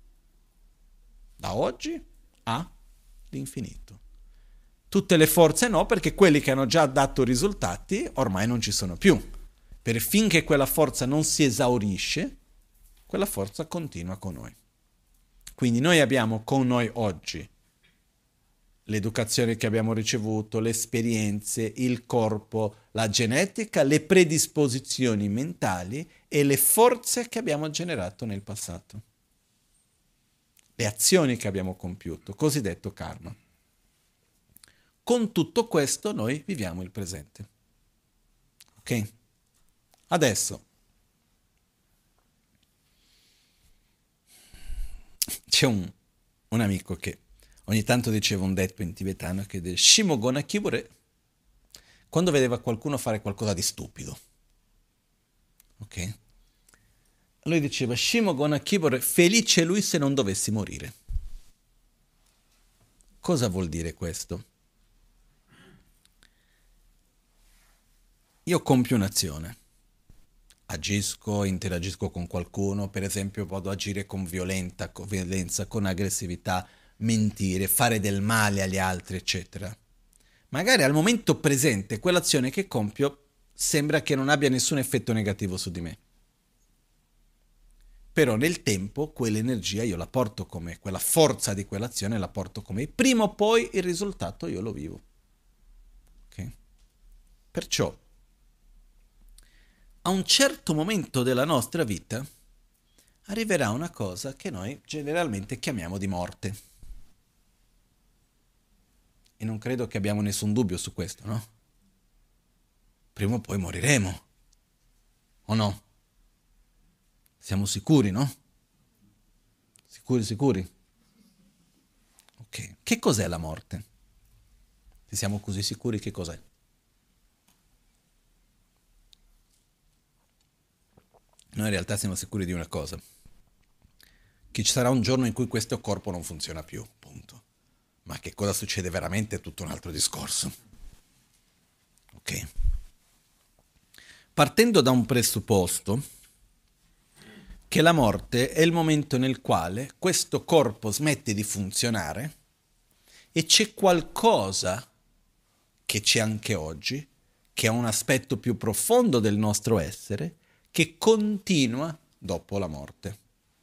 Da oggi all'infinito. Tutte le forze no, perché quelli che hanno già dato risultati ormai non ci sono più. Finché quella forza non si esaurisce, quella forza continua con noi. Quindi noi abbiamo con noi oggi l'educazione che abbiamo ricevuto, le esperienze, il corpo, la genetica, le predisposizioni mentali e le forze che abbiamo generato nel passato. Le azioni che abbiamo compiuto, cosiddetto karma. Con tutto questo noi viviamo il presente. Ok? Adesso c'è un amico che ogni tanto diceva un detto in tibetano che dice Shimogona Kibure quando vedeva qualcuno fare qualcosa di stupido. Ok? Lui diceva Shimogona Kibure, felice lui se non dovessi morire. Cosa vuol dire questo? Io compio un'azione, agisco, interagisco con qualcuno, per esempio posso agire con violenza, con aggressività, mentire, fare del male agli altri, eccetera. Magari al momento presente quell'azione che compio sembra che non abbia nessun effetto negativo su di me. Però nel tempo quell'energia io la porto come, quella forza di quell'azione la porto come, prima o poi il risultato io lo vivo. Ok? Perciò a un certo momento della nostra vita arriverà una cosa che noi generalmente chiamiamo di morte. E non credo che abbiamo nessun dubbio su questo, no? Prima o poi moriremo. O no? Siamo sicuri, no? Sicuri? Ok. Che cos'è la morte? Se siamo così sicuri, che cos'è? Noi in realtà siamo sicuri di una cosa, che ci sarà un giorno in cui questo corpo non funziona più, punto. Ma che cosa succede veramente è tutto un altro discorso. Ok? Partendo da un presupposto che la morte è il momento nel quale questo corpo smette di funzionare e c'è qualcosa che c'è anche oggi, che ha un aspetto più profondo del nostro essere, che continua dopo la morte.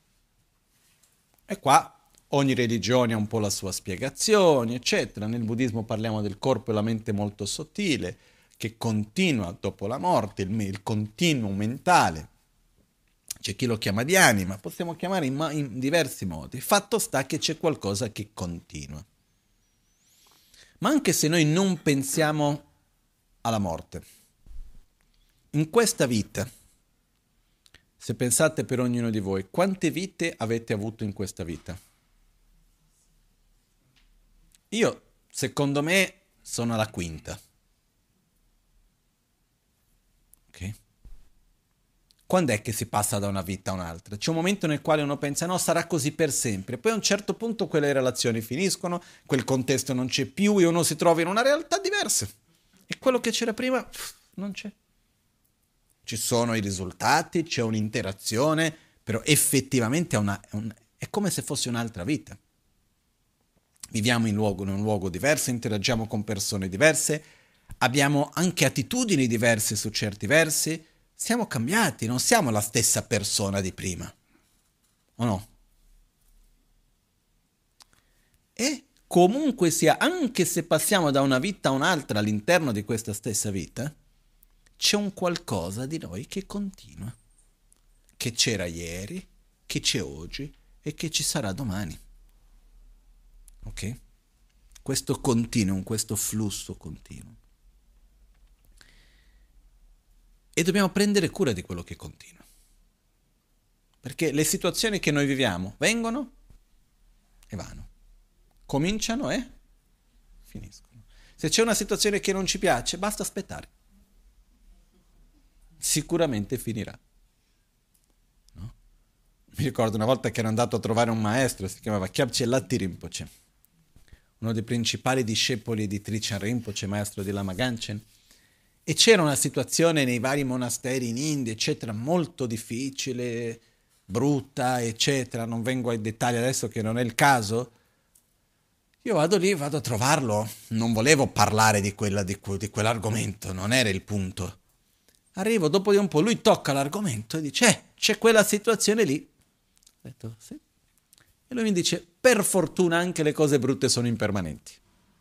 E qua ogni religione ha un po' la sua spiegazione, eccetera. Nel buddismo parliamo del corpo e la mente molto sottile, che continua dopo la morte, il continuo mentale. C'è chi lo chiama di anima, possiamo chiamare in diversi modi. Fatto sta che c'è qualcosa che continua. Ma anche se noi non pensiamo alla morte, in questa vita, se pensate per ognuno di voi, quante vite avete avuto in questa vita? Io, secondo me, sono alla quinta. Ok? Quando è che si passa da una vita a un'altra? C'è un momento nel quale uno pensa, no, sarà così per sempre. Poi a un certo punto quelle relazioni finiscono, quel contesto non c'è più e uno si trova in una realtà diversa. E quello che c'era prima, non c'è. Ci sono i risultati, c'è un'interazione, però effettivamente è come se fosse un'altra vita. Viviamo in un luogo diverso, interagiamo con persone diverse, abbiamo anche attitudini diverse su certi versi, Siamo cambiati, non siamo la stessa persona di prima, o no? E comunque sia, anche se passiamo da una vita a un'altra all'interno di questa stessa vita, c'è un qualcosa di noi che continua, che c'era ieri, che c'è oggi e che ci sarà domani. Ok? Questo continuum, questo flusso continuo. E dobbiamo prendere cura di quello che continua. Perché le situazioni che noi viviamo vengono e vanno. Cominciano e finiscono. Se c'è una situazione che non ci piace, basta aspettare. Sicuramente finirà. No? Mi ricordo una volta che ero andato a trovare un maestro, si chiamava Kyabche Latti Rinpoche, uno dei principali discepoli di Trichan Rinpoche, maestro di Lama Ganchen, e c'era una situazione nei vari monasteri in India, eccetera, molto difficile, brutta, eccetera. Non vengo ai dettagli adesso che non è il caso. Io vado lì, vado a trovarlo. Non volevo parlare di quell'argomento, non era il punto. Arrivo, dopo di un po', lui tocca l'argomento e dice, c'è quella situazione lì. Ho detto, sì. E lui mi dice, per fortuna anche le cose brutte sono impermanenti.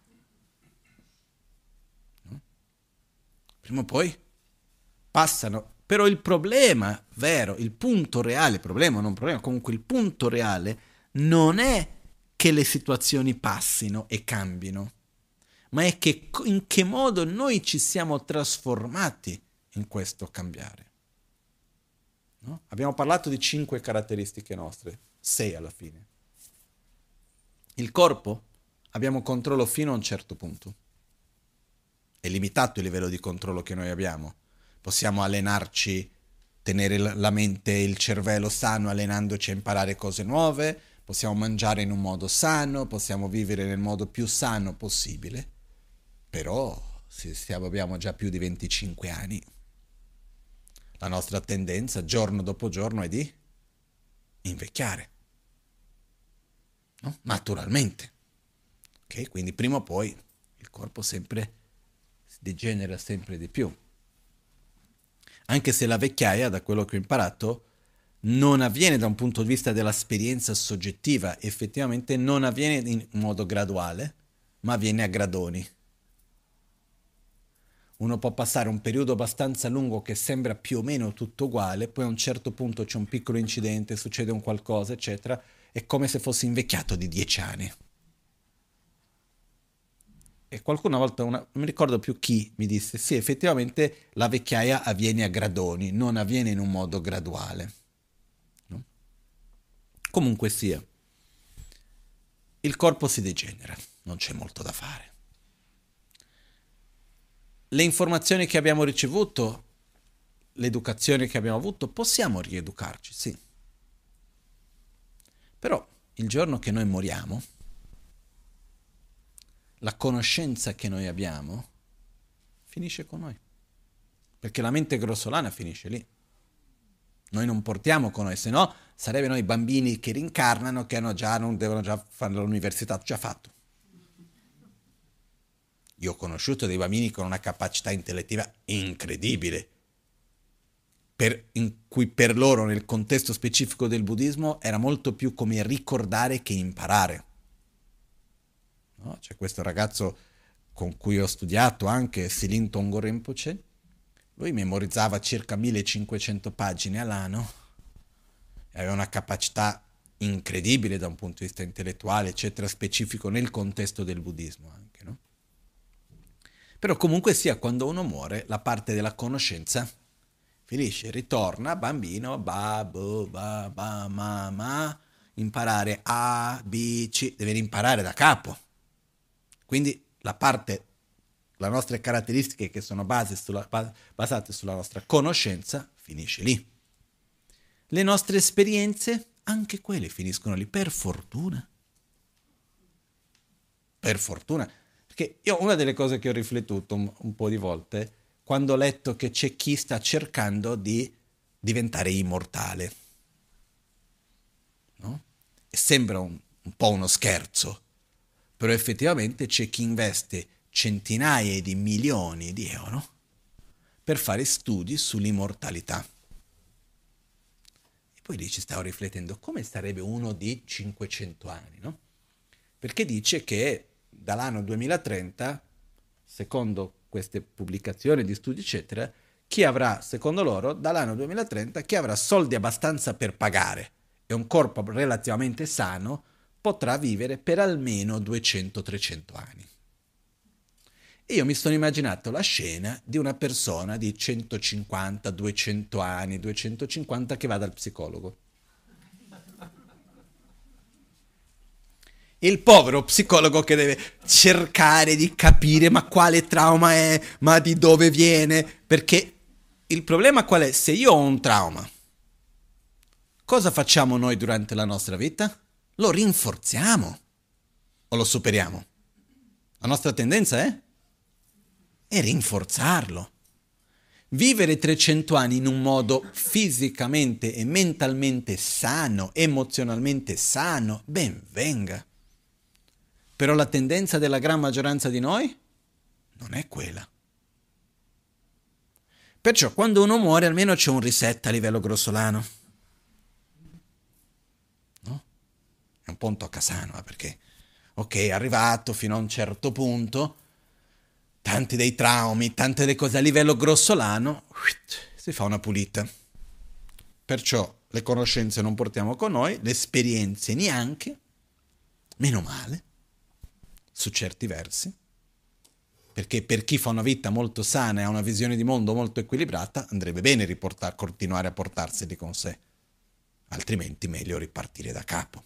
Prima o poi passano. Però il problema vero, il punto reale, problema o non problema, comunque il punto reale non è che le situazioni passino e cambino, ma è che in che modo noi ci siamo trasformati in questo cambiare. No? Abbiamo parlato di 5 caratteristiche nostre, 6 alla fine. Il corpo abbiamo controllo fino a un certo punto. È limitato il livello di controllo che noi abbiamo. Possiamo allenarci, tenere la mente e il cervello sano allenandoci a imparare cose nuove, possiamo mangiare in un modo sano, possiamo vivere nel modo più sano possibile, però se abbiamo già più di 25 anni, la nostra tendenza giorno dopo giorno è di invecchiare, no? Naturalmente. Ok? Quindi prima o poi il corpo sempre si degenera sempre di più. Anche se la vecchiaia, da quello che ho imparato, non avviene da un punto di vista dell'esperienza soggettiva, effettivamente non avviene in modo graduale, ma avviene a gradoni. Uno può passare un periodo abbastanza lungo che sembra più o meno tutto uguale, poi a un certo punto c'è un piccolo incidente, succede un qualcosa, eccetera, è come se fosse invecchiato di 10 anni. E qualcuno una volta, non mi ricordo più chi, mi disse, sì, effettivamente la vecchiaia avviene a gradoni, non avviene in un modo graduale. No? Comunque sia, il corpo si degenera, non c'è molto da fare. Le informazioni che abbiamo ricevuto, l'educazione che abbiamo avuto, possiamo rieducarci, sì. Però il giorno che noi moriamo, la conoscenza che noi abbiamo finisce con noi. Perché la mente grossolana finisce lì. Noi non portiamo con noi, se no sarebbero i bambini che rincarnano, che non devono già fare l'università, già fatto. Io ho conosciuto dei bambini con una capacità intellettiva incredibile, in cui per loro, nel contesto specifico del buddismo, era molto più come ricordare che imparare. No? C'è questo ragazzo con cui ho studiato anche, Silin Tongo Rinpoche, lui memorizzava circa 1500 pagine all'anno e aveva una capacità incredibile da un punto di vista intellettuale, eccetera, specifico nel contesto del buddismo anche, no? Però comunque sia, quando uno muore, la parte della conoscenza finisce, ritorna, bambino, ma, imparare A, B, C, deve imparare da capo. Quindi le nostre caratteristiche che sono basate sulla nostra conoscenza, finisce lì. Le nostre esperienze, anche quelle finiscono lì, per fortuna. Per fortuna. Perché io una delle cose che ho riflettuto un po' di volte, quando ho letto che c'è chi sta cercando di diventare immortale, no? E sembra un po' uno scherzo, però effettivamente c'è chi investe centinaia di milioni di euro per fare studi sull'immortalità. E poi lì ci stavo riflettendo, come sarebbe uno di 500 anni, no? Perché dice che dall'anno 2030, secondo queste pubblicazioni di studi eccetera, chi avrà, secondo loro, dall'anno 2030, chi avrà soldi abbastanza per pagare e un corpo relativamente sano, potrà vivere per almeno 200-300 anni. E io mi sono immaginato la scena di una persona di 150, 200 anni, 250 che va dal psicologo. Il povero psicologo che deve cercare di capire ma quale trauma è, ma di dove viene, perché il problema qual è? Se io ho un trauma, cosa facciamo noi durante la nostra vita? Lo rinforziamo o lo superiamo? La nostra tendenza è rinforzarlo. Vivere 300 anni in un modo fisicamente e mentalmente sano, emozionalmente sano, ben venga. Però la tendenza della gran maggioranza di noi non è quella. Perciò quando uno muore almeno c'è un reset a livello grossolano. No? È un po' un toccasano, perché ok, è arrivato fino a un certo punto, tanti dei traumi, tante delle cose a livello grossolano, si fa una pulita. Perciò le conoscenze non portiamo con noi, le esperienze neanche, meno male, su certi versi, perché per chi fa una vita molto sana e ha una visione di mondo molto equilibrata, andrebbe bene continuare a portarseli con sé, altrimenti meglio ripartire da capo.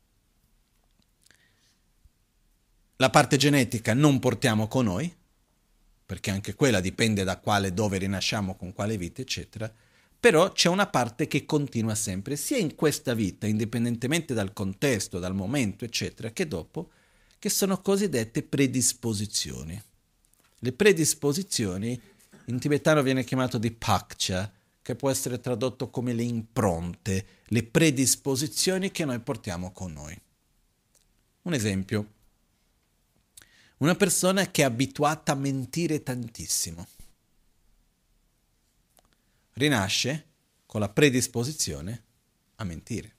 La parte genetica non portiamo con noi, perché anche quella dipende da quale, dove rinasciamo, con quale vita, eccetera, però c'è una parte che continua sempre, sia in questa vita, indipendentemente dal contesto, dal momento, eccetera, che dopo, che sono cosiddette predisposizioni. Le predisposizioni, in tibetano viene chiamato di pakcha, che può essere tradotto come le impronte, le predisposizioni che noi portiamo con noi. Un esempio. Una persona che è abituata a mentire tantissimo rinasce con la predisposizione a mentire.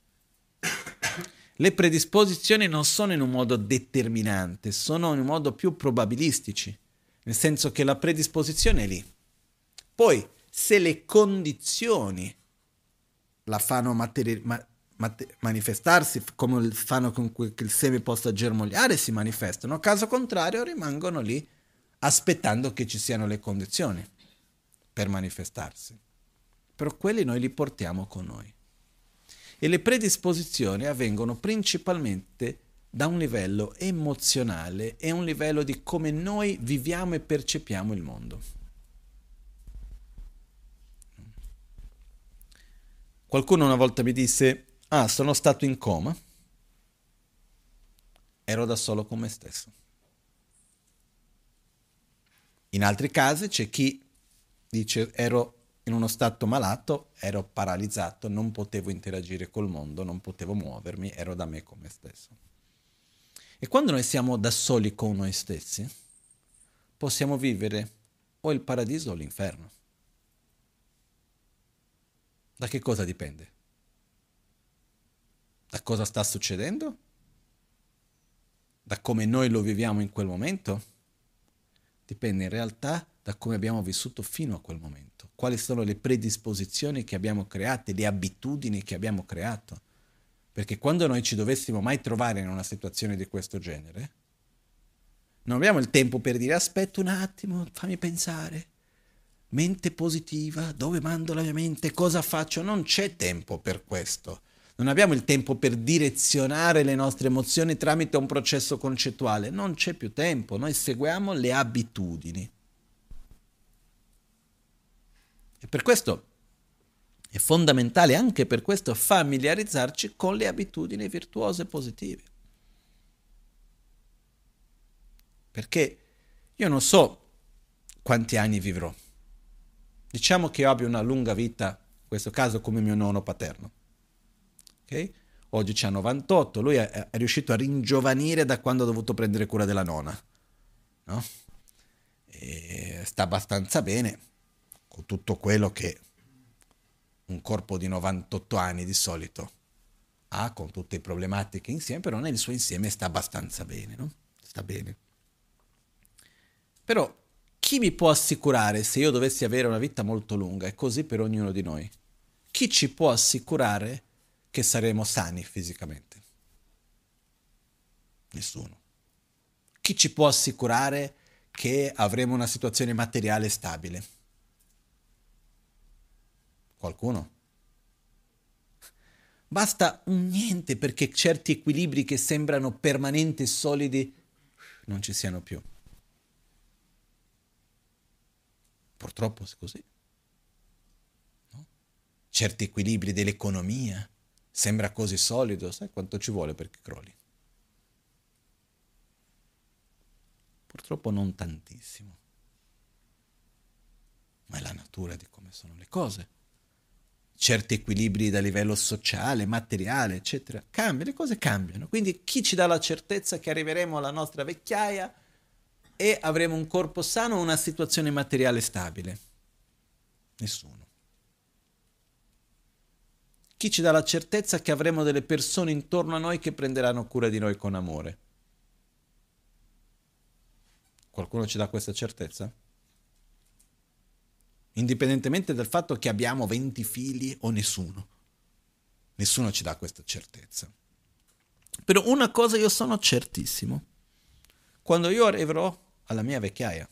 Le predisposizioni non sono in un modo determinante, sono in un modo più probabilistici, nel senso che la predisposizione è lì. Poi, se le condizioni la fanno manifestarsi, come fanno con che il seme possa germogliare, si manifestano, caso contrario rimangono lì aspettando che ci siano le condizioni per manifestarsi. Però quelli noi li portiamo con noi. E le predisposizioni avvengono principalmente da un livello emozionale e un livello di come noi viviamo e percepiamo il mondo. Qualcuno una volta mi disse: sono stato in coma, ero da solo con me stesso. In altri casi c'è chi dice: ero in uno stato malato, ero paralizzato, non potevo interagire col mondo, non potevo muovermi, ero da me con me stesso. E quando noi siamo da soli con noi stessi, possiamo vivere o il paradiso o l'inferno. Da che cosa dipende? Da cosa sta succedendo? Da come noi lo viviamo in quel momento? Dipende in realtà da come abbiamo vissuto fino a quel momento. Quali sono le predisposizioni che abbiamo create, le abitudini che abbiamo creato. Perché quando noi ci dovessimo mai trovare in una situazione di questo genere, non abbiamo il tempo per dire: aspetta un attimo, fammi pensare. Mente positiva, dove mando la mia mente, cosa faccio? Non c'è tempo per questo. Non abbiamo il tempo per direzionare le nostre emozioni tramite un processo concettuale. Non c'è più tempo, noi seguiamo le abitudini. E per questo è fondamentale, anche per questo, familiarizzarci con le abitudini virtuose positive. Perché io non so quanti anni vivrò. Diciamo che io abbia una lunga vita, in questo caso come mio nonno paterno. Okay? Oggi c'ha 98, lui è riuscito a ringiovanire da quando ha dovuto prendere cura della nonna. No? E sta abbastanza bene. con tutto quello che un corpo di 98 anni di solito ha, con tutte le problematiche insieme, però nel suo insieme sta abbastanza bene, no? Sta bene. Però chi mi può assicurare, se io dovessi avere una vita molto lunga, e così per ognuno di noi, chi ci può assicurare che saremo sani fisicamente? Nessuno. Chi ci può assicurare che avremo una situazione materiale stabile? Qualcuno? Basta un niente perché certi equilibri che sembrano permanenti e solidi non ci siano più. Purtroppo è così. No? Certi equilibri dell'economia sembra così solido, sai quanto ci vuole perché crolli? Purtroppo non tantissimo. Ma è la natura di come sono le cose. Certi equilibri da livello sociale, materiale, eccetera, cambiano, le cose cambiano. Quindi chi ci dà la certezza che arriveremo alla nostra vecchiaia e avremo un corpo sano o una situazione materiale stabile? Nessuno. Chi ci dà la certezza che avremo delle persone intorno a noi che prenderanno cura di noi con amore? Qualcuno ci dà questa certezza? Indipendentemente dal fatto che abbiamo 20 figli o nessuno. Nessuno ci dà questa certezza. Però una cosa io sono certissimo. Quando io arriverò alla mia vecchiaia,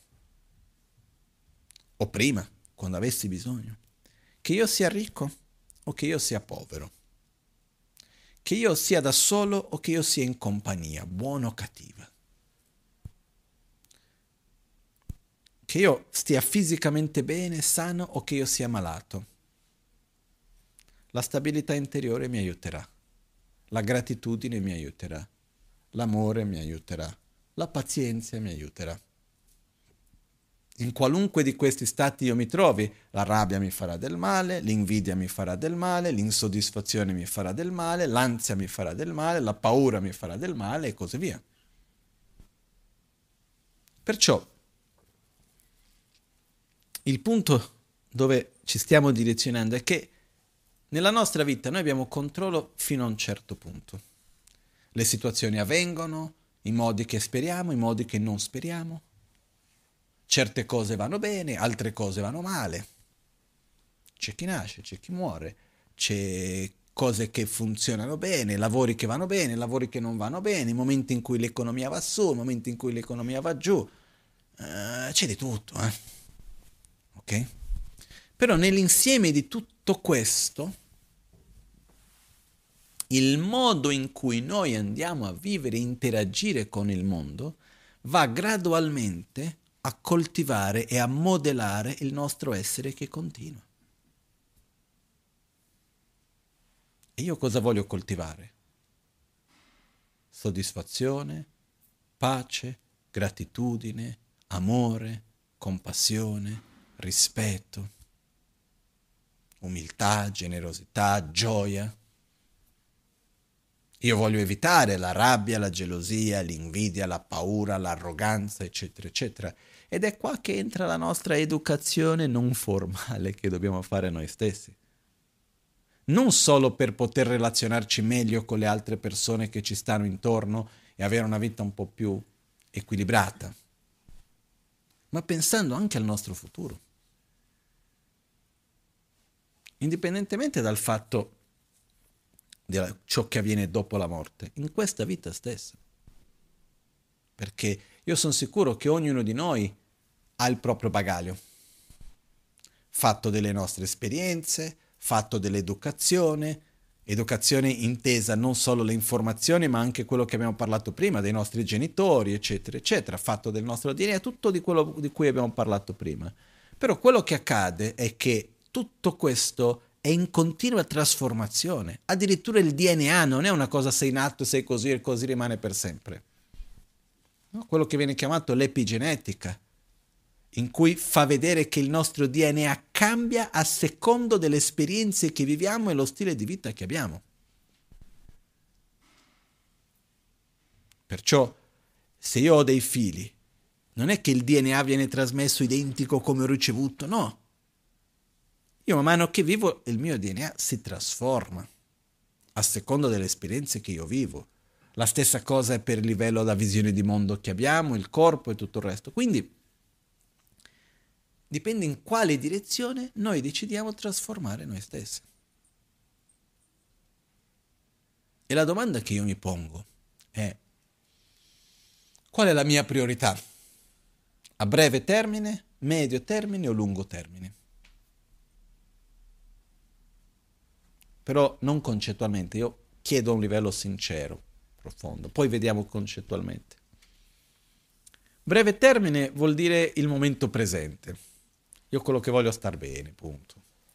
o prima, quando avessi bisogno, che io sia ricco o che io sia povero, che io sia da solo o che io sia in compagnia, buona o cattiva, che io stia fisicamente bene, sano o che io sia malato. La stabilità interiore mi aiuterà, la gratitudine mi aiuterà, l'amore mi aiuterà, la pazienza mi aiuterà. In qualunque di questi stati io mi trovi, la rabbia mi farà del male, l'invidia mi farà del male, l'insoddisfazione mi farà del male, l'ansia mi farà del male, la paura mi farà del male e così via. Perciò il punto dove ci stiamo direzionando è che nella nostra vita noi abbiamo controllo fino a un certo punto. Le situazioni avvengono, i modi che speriamo, i modi che non speriamo. Certe cose vanno bene, altre cose vanno male. C'è chi nasce, c'è chi muore, c'è cose che funzionano bene, lavori che vanno bene, lavori che non vanno bene, momenti in cui l'economia va su, momenti in cui l'economia va giù. C'è di tutto, ok? Però nell'insieme di tutto questo, il modo in cui noi andiamo a vivere e interagire con il mondo va gradualmente a coltivare e a modellare il nostro essere che continua. E io cosa voglio coltivare? Soddisfazione, pace, gratitudine, amore, compassione, rispetto, umiltà, generosità, gioia. Io voglio evitare la rabbia, la gelosia, l'invidia, la paura, l'arroganza, eccetera, eccetera. Ed è qua che entra la nostra educazione non formale che dobbiamo fare noi stessi. Non solo per poter relazionarci meglio con le altre persone che ci stanno intorno e avere una vita un po' più equilibrata, ma pensando anche al nostro futuro. Indipendentemente dal fatto di ciò che avviene dopo la morte, in questa vita stessa. Perché io sono sicuro che ognuno di noi ha il proprio bagaglio, fatto delle nostre esperienze, fatto dell'educazione, educazione intesa non solo le informazioni, ma anche quello che abbiamo parlato prima, dei nostri genitori, eccetera, eccetera, fatto del nostro DNA, tutto di quello di cui abbiamo parlato prima. Però quello che accade è che tutto questo è in continua trasformazione. Addirittura il DNA non è una cosa sei nato, sei così e così rimane per sempre. No? Quello che viene chiamato l'epigenetica, in cui fa vedere che il nostro DNA cambia a secondo delle esperienze che viviamo e lo stile di vita che abbiamo. Perciò, se io ho dei figli, non è che il DNA viene trasmesso identico come ho ricevuto, no. Io man mano che vivo il mio DNA si trasforma a seconda delle esperienze che io vivo. La stessa cosa è per il livello della visione di mondo che abbiamo, il corpo e tutto il resto. Quindi dipende in quale direzione noi decidiamo trasformare noi stessi. E la domanda che io mi pongo è: qual è la mia priorità? A breve termine, medio termine o lungo termine? Però non concettualmente, io chiedo a un livello sincero, profondo, poi vediamo concettualmente. Breve termine vuol dire il momento presente. Io quello che voglio è star bene, punto.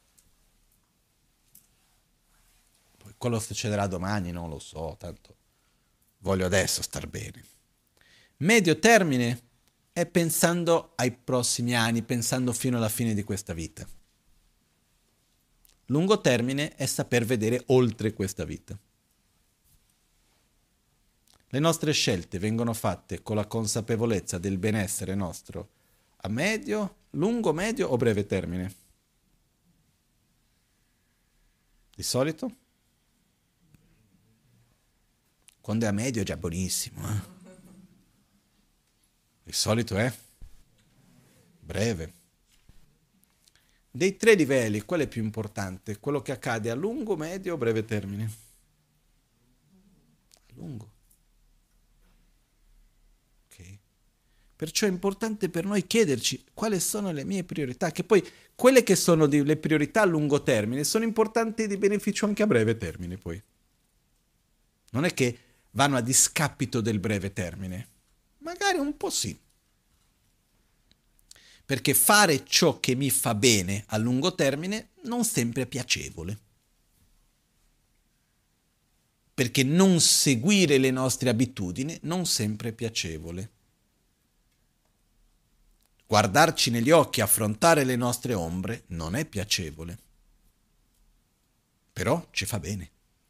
Poi quello succederà domani, non lo so, tanto voglio adesso star bene. Medio termine è pensando ai prossimi anni, pensando fino alla fine di questa vita. Lungo termine è saper vedere oltre questa vita. Le nostre scelte vengono fatte con la consapevolezza del benessere nostro a medio, lungo, medio o breve termine? Di solito? Quando è a medio è già buonissimo. Di solito è breve. Dei 3 livelli, qual è più importante? Quello che accade a lungo, medio o breve termine? A lungo. Ok. Perciò è importante per noi chiederci quali sono le mie priorità, che poi quelle che sono le priorità a lungo termine sono importanti di beneficio anche a breve termine poi. Non è che vanno a discapito del breve termine. Magari un po' sì. Perché fare ciò che mi fa bene a lungo termine non sempre è piacevole. Perché non seguire le nostre abitudini non sempre è piacevole. Guardarci negli occhi, affrontare le nostre ombre non è piacevole. Però ci fa bene.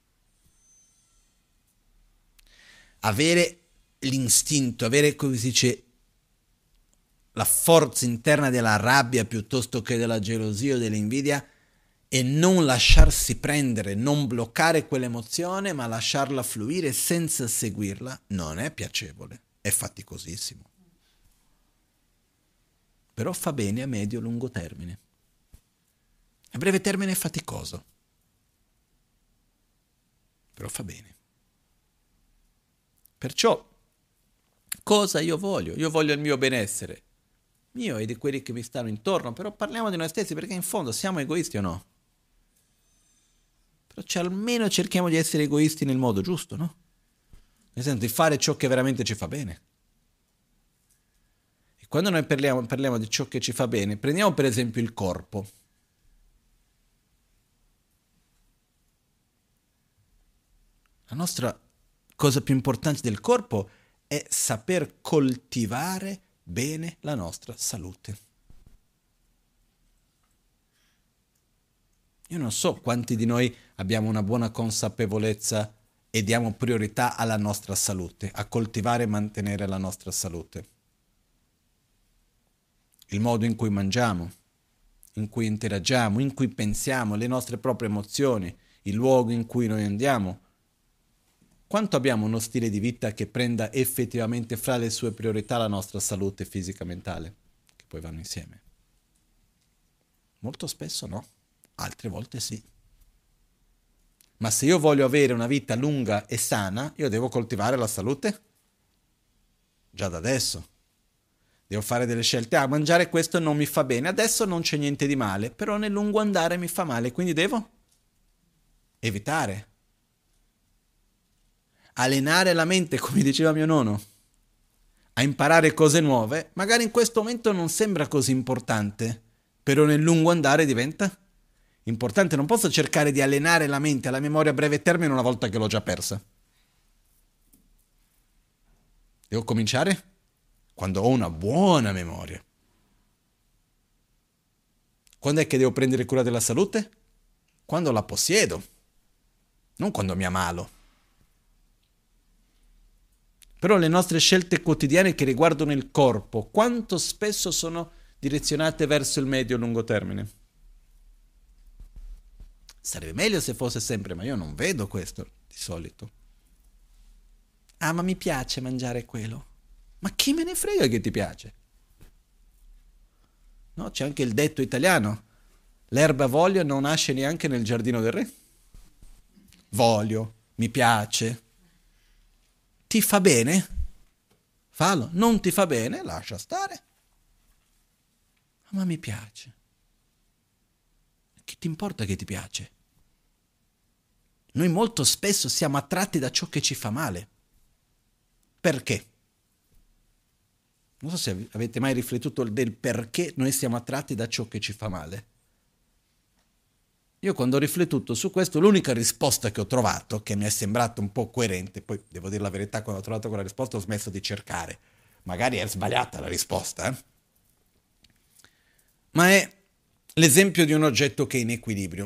Avere l'istinto, avere, come si dice, la forza interna della rabbia piuttosto che della gelosia o dell'invidia e non lasciarsi prendere, non bloccare quell'emozione, ma lasciarla fluire senza seguirla, non è piacevole, è faticosissimo. Però fa bene a medio-lungo termine. A breve termine è faticoso, però fa bene. Perciò, cosa io voglio? Io voglio il mio benessere, mio e di quelli che mi stanno intorno, però parliamo di noi stessi perché in fondo siamo egoisti o no? Però almeno cerchiamo di essere egoisti nel modo giusto, no? Nel senso di fare ciò che veramente ci fa bene. E quando noi parliamo di ciò che ci fa bene, prendiamo per esempio il corpo. La nostra cosa più importante del corpo è saper coltivare bene la nostra salute. Io non so quanti di noi abbiamo una buona consapevolezza e diamo priorità alla nostra salute, a coltivare e mantenere la nostra salute. Il modo in cui mangiamo, in cui interagiamo, in cui pensiamo, le nostre proprie emozioni, il luogo in cui noi andiamo. Quanto abbiamo uno stile di vita che prenda effettivamente fra le sue priorità la nostra salute fisica e mentale, che poi vanno insieme? Molto spesso no, altre volte sì. Ma se io voglio avere una vita lunga e sana, io devo coltivare la salute già da adesso. Devo fare delle scelte. Mangiare questo non mi fa bene, adesso non c'è niente di male, però nel lungo andare mi fa male, quindi devo evitare. Allenare la mente, come diceva mio nonno, a imparare cose nuove, magari in questo momento non sembra così importante, però nel lungo andare diventa importante. Non posso cercare di allenare la mente alla memoria a breve termine una volta che l'ho già persa. Devo cominciare quando ho una buona memoria. Quando è che devo prendere cura della salute? Quando la possiedo, non quando mi ammalo. Però le nostre scelte quotidiane che riguardano il corpo, quanto spesso sono direzionate verso il medio e lungo termine? Sarebbe meglio se fosse sempre, ma io non vedo questo di solito. Ah, ma mi piace mangiare quello. Ma chi me ne frega che ti piace? No, c'è anche il detto italiano. L'erba voglio non nasce neanche nel giardino del re. Voglio, mi piace. Ti fa bene? Fallo. Non ti fa bene? Lascia stare. Ma mi piace. Che ti importa che ti piace? Noi molto spesso siamo attratti da ciò che ci fa male. Perché? Non so se avete mai riflettuto del perché noi siamo attratti da ciò che ci fa male. Io quando ho riflettuto su questo, l'unica risposta che ho trovato, che mi è sembrata un po' coerente, poi devo dire la verità, quando ho trovato quella risposta ho smesso di cercare. Magari è sbagliata la risposta, ma è l'esempio di un oggetto che è in equilibrio.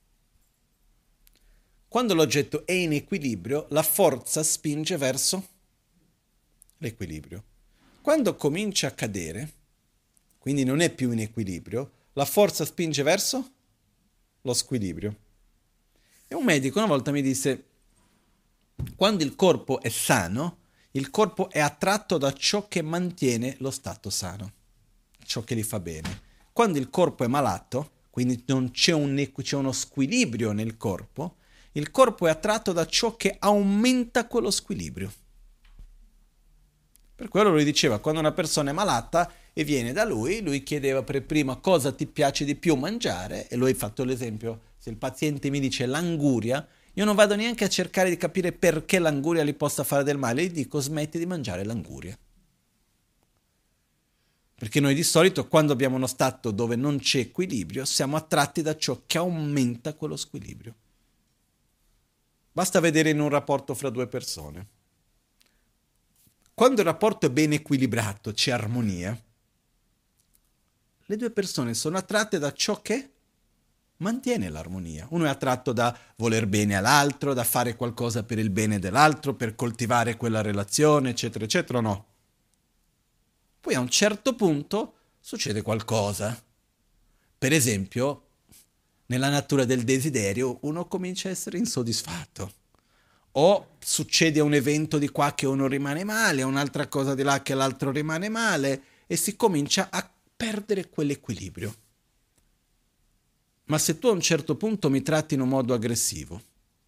Quando l'oggetto è in equilibrio, la forza spinge verso l'equilibrio. Quando comincia a cadere, quindi non è più in equilibrio, la forza spinge verso lo squilibrio. E un medico una volta mi disse, quando il corpo è sano, il corpo è attratto da ciò che mantiene lo stato sano, ciò che gli fa bene. Quando il corpo è malato, quindi non c'è c'è uno squilibrio nel corpo, il corpo è attratto da ciò che aumenta quello squilibrio. Per quello lui diceva, quando una persona è malata e viene da lui chiedeva per prima cosa ti piace di più mangiare, e lui ha fatto l'esempio, se il paziente mi dice l'anguria, io non vado neanche a cercare di capire perché l'anguria gli possa fare del male, gli dico smetti di mangiare l'anguria. Perché noi di solito quando abbiamo uno stato dove non c'è equilibrio siamo attratti da ciò che aumenta quello squilibrio. Basta vedere in un rapporto fra due persone. Quando il rapporto è ben equilibrato, c'è armonia, le due persone sono attratte da ciò che mantiene l'armonia. Uno è attratto da voler bene all'altro, da fare qualcosa per il bene dell'altro, per coltivare quella relazione, eccetera, eccetera, o no? Poi a un certo punto succede qualcosa. Per esempio, nella natura del desiderio, uno comincia a essere insoddisfatto. O succede un evento di qua che uno rimane male, un'altra cosa di là che l'altro rimane male, e si comincia a perdere quell'equilibrio. Ma se tu a un certo punto mi tratti in un modo aggressivo,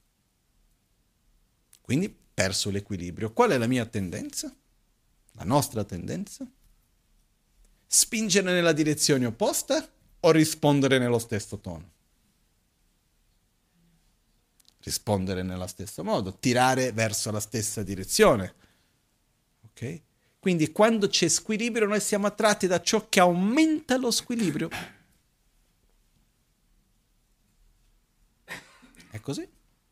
quindi perso l'equilibrio, qual è la mia tendenza? La nostra tendenza? Spingere nella direzione opposta o rispondere nello stesso tono? Rispondere nello stesso modo, tirare verso la stessa direzione. Ok? Quindi quando c'è squilibrio noi siamo attratti da ciò che aumenta lo squilibrio. È così.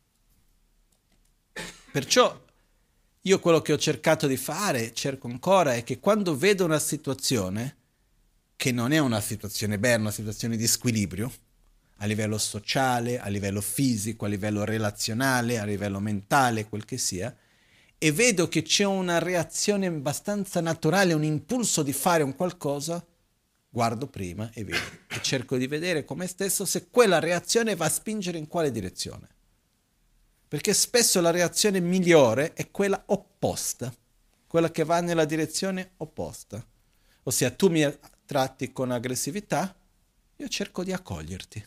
Perciò io quello che ho cercato di fare, cerco ancora, è che quando vedo una situazione che non è una situazione bella, una situazione di squilibrio, a livello sociale, a livello fisico, a livello relazionale, a livello mentale, quel che sia, e vedo che c'è una reazione abbastanza naturale, un impulso di fare un qualcosa, guardo prima e vedo. E cerco di vedere come stesso se quella reazione va a spingere in quale direzione. Perché spesso la reazione migliore è quella opposta, quella che va nella direzione opposta. Ossia, tu mi tratti con aggressività, io cerco di accoglierti.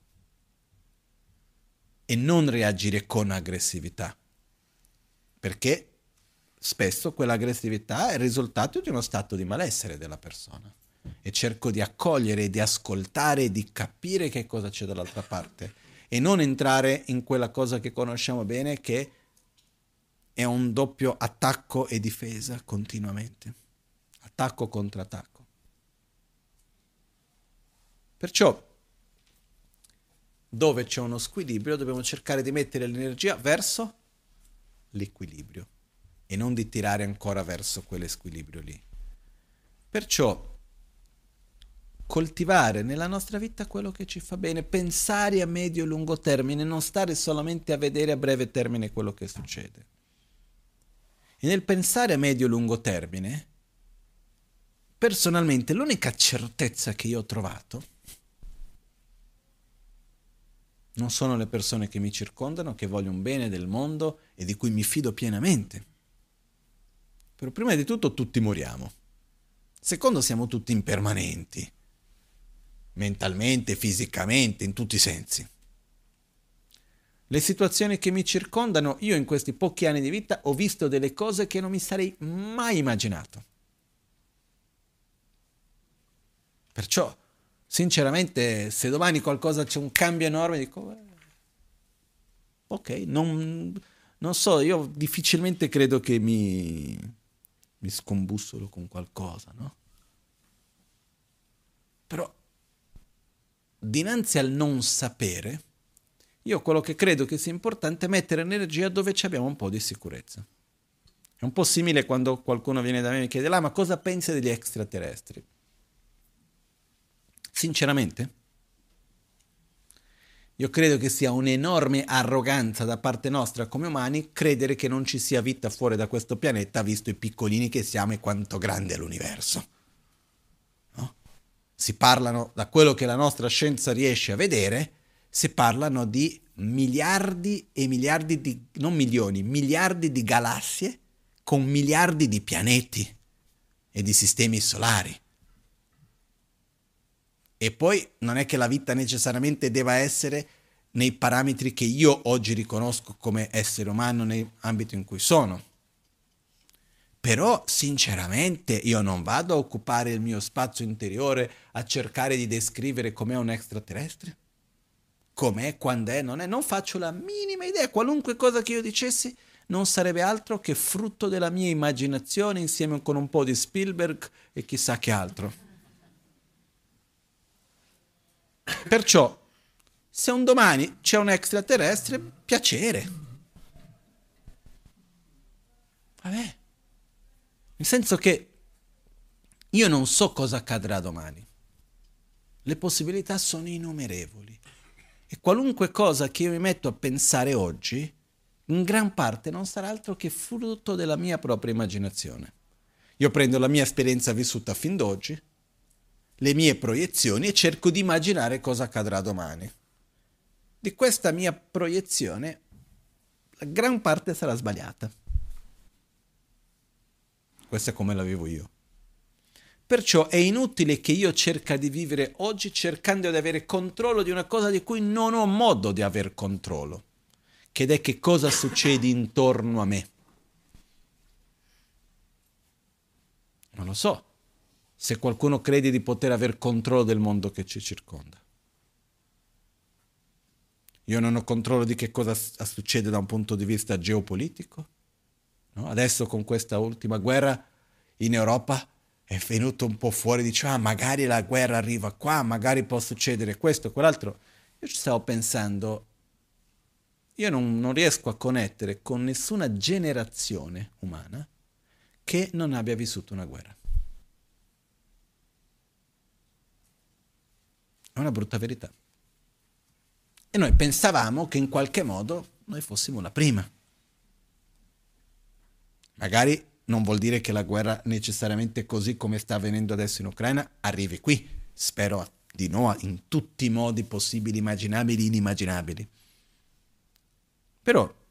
E non reagire con aggressività, perché spesso quell'aggressività è il risultato di uno stato di malessere della persona e cerco di accogliere, di ascoltare, di capire che cosa c'è dall'altra parte e non entrare in quella cosa che conosciamo bene che è un doppio attacco e difesa continuamente, attacco contro attacco. Perciò dove c'è uno squilibrio dobbiamo cercare di mettere l'energia verso l'equilibrio e non di tirare ancora verso quell'equilibrio lì. Perciò coltivare nella nostra vita quello che ci fa bene, pensare a medio e lungo termine, non stare solamente a vedere a breve termine quello che succede. E nel pensare a medio e lungo termine, personalmente l'unica certezza che io ho trovato Non sono le persone che mi circondano, che vogliono bene del mondo e di cui mi fido pienamente. Però prima di tutto tutti moriamo. Secondo, siamo tutti impermanenti, mentalmente, fisicamente, in tutti i sensi. Le situazioni che mi circondano, io in questi pochi anni di vita ho visto delle cose che non mi sarei mai immaginato. Perciò, sinceramente, se domani qualcosa c'è un cambio enorme, dico, ok, non so, io difficilmente credo che mi scombussolo con qualcosa, no? Però, dinanzi al non sapere, io quello che credo che sia importante è mettere energia dove ci abbiamo un po' di sicurezza. È un po' simile quando qualcuno viene da me e mi chiede, ma cosa pensi degli extraterrestri? Sinceramente, io credo che sia un'enorme arroganza da parte nostra come umani credere che non ci sia vita fuori da questo pianeta, visto i piccolini che siamo e quanto grande è l'universo. No? Si parlano, da quello che la nostra scienza riesce a vedere, si parlano di miliardi e miliardi di, non milioni, miliardi di galassie con miliardi di pianeti e di sistemi solari. E poi non è che la vita necessariamente debba essere nei parametri che io oggi riconosco come essere umano nell'ambito in cui sono. Però, sinceramente, io non vado a occupare il mio spazio interiore a cercare di descrivere com'è un extraterrestre. Com'è, quando è, non è. Non faccio la minima idea. Qualunque cosa che io dicessi non sarebbe altro che frutto della mia immaginazione insieme con un po' di Spielberg e chissà che altro. Perciò, se un domani c'è un extraterrestre, piacere. Vabbè. Nel senso che io non so cosa accadrà domani. Le possibilità sono innumerevoli. E qualunque cosa che io mi metto a pensare oggi, in gran parte non sarà altro che frutto della mia propria immaginazione. Io prendo la mia esperienza vissuta fin d'oggi, le mie proiezioni e cerco di immaginare cosa accadrà domani. Di questa mia proiezione, la gran parte sarà sbagliata. Questa è come la vivo io. Perciò è inutile che io cerca di vivere oggi cercando di avere controllo di una cosa di cui non ho modo di aver controllo, che è che cosa succede intorno a me. Non lo so se qualcuno crede di poter aver controllo del mondo che ci circonda. Io non ho controllo di che cosa succede da un punto di vista geopolitico. No? Adesso con questa ultima guerra in Europa è venuto un po' fuori, diceva, magari la guerra arriva qua, magari può succedere questo, quell'altro. Io ci stavo pensando, io non riesco a connettere con nessuna generazione umana che non abbia vissuto una guerra. È una brutta verità. E noi pensavamo che in qualche modo noi fossimo la prima. Magari non vuol dire che la guerra necessariamente così come sta avvenendo adesso in Ucraina arrivi qui. Spero di no, in tutti i modi possibili, immaginabili, inimmaginabili. Però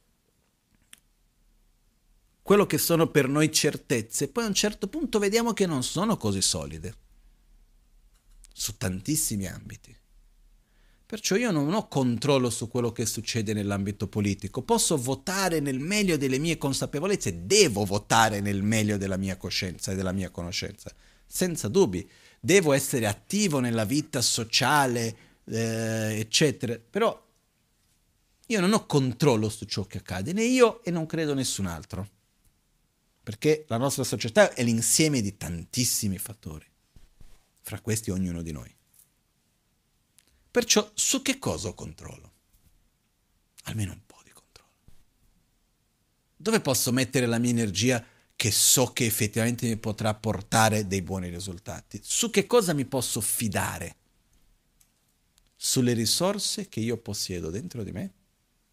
quello che sono per noi certezze, poi a un certo punto vediamo che non sono così solide su tantissimi ambiti. Perciò io non ho controllo su quello che succede nell'ambito politico. Posso votare nel meglio delle mie consapevolezze, devo votare nel meglio della mia coscienza e della mia conoscenza, senza dubbi. Devo essere attivo nella vita sociale, eccetera. Però io non ho controllo su ciò che accade, né io e non credo nessun altro. Perché la nostra società è l'insieme di tantissimi fattori, fra questi ognuno di noi. Perciò su che cosa ho controllo? Almeno un po' di controllo. Dove posso mettere la mia energia che so che effettivamente mi potrà portare dei buoni risultati? Su che cosa mi posso fidare? Sulle risorse che io possiedo dentro di me,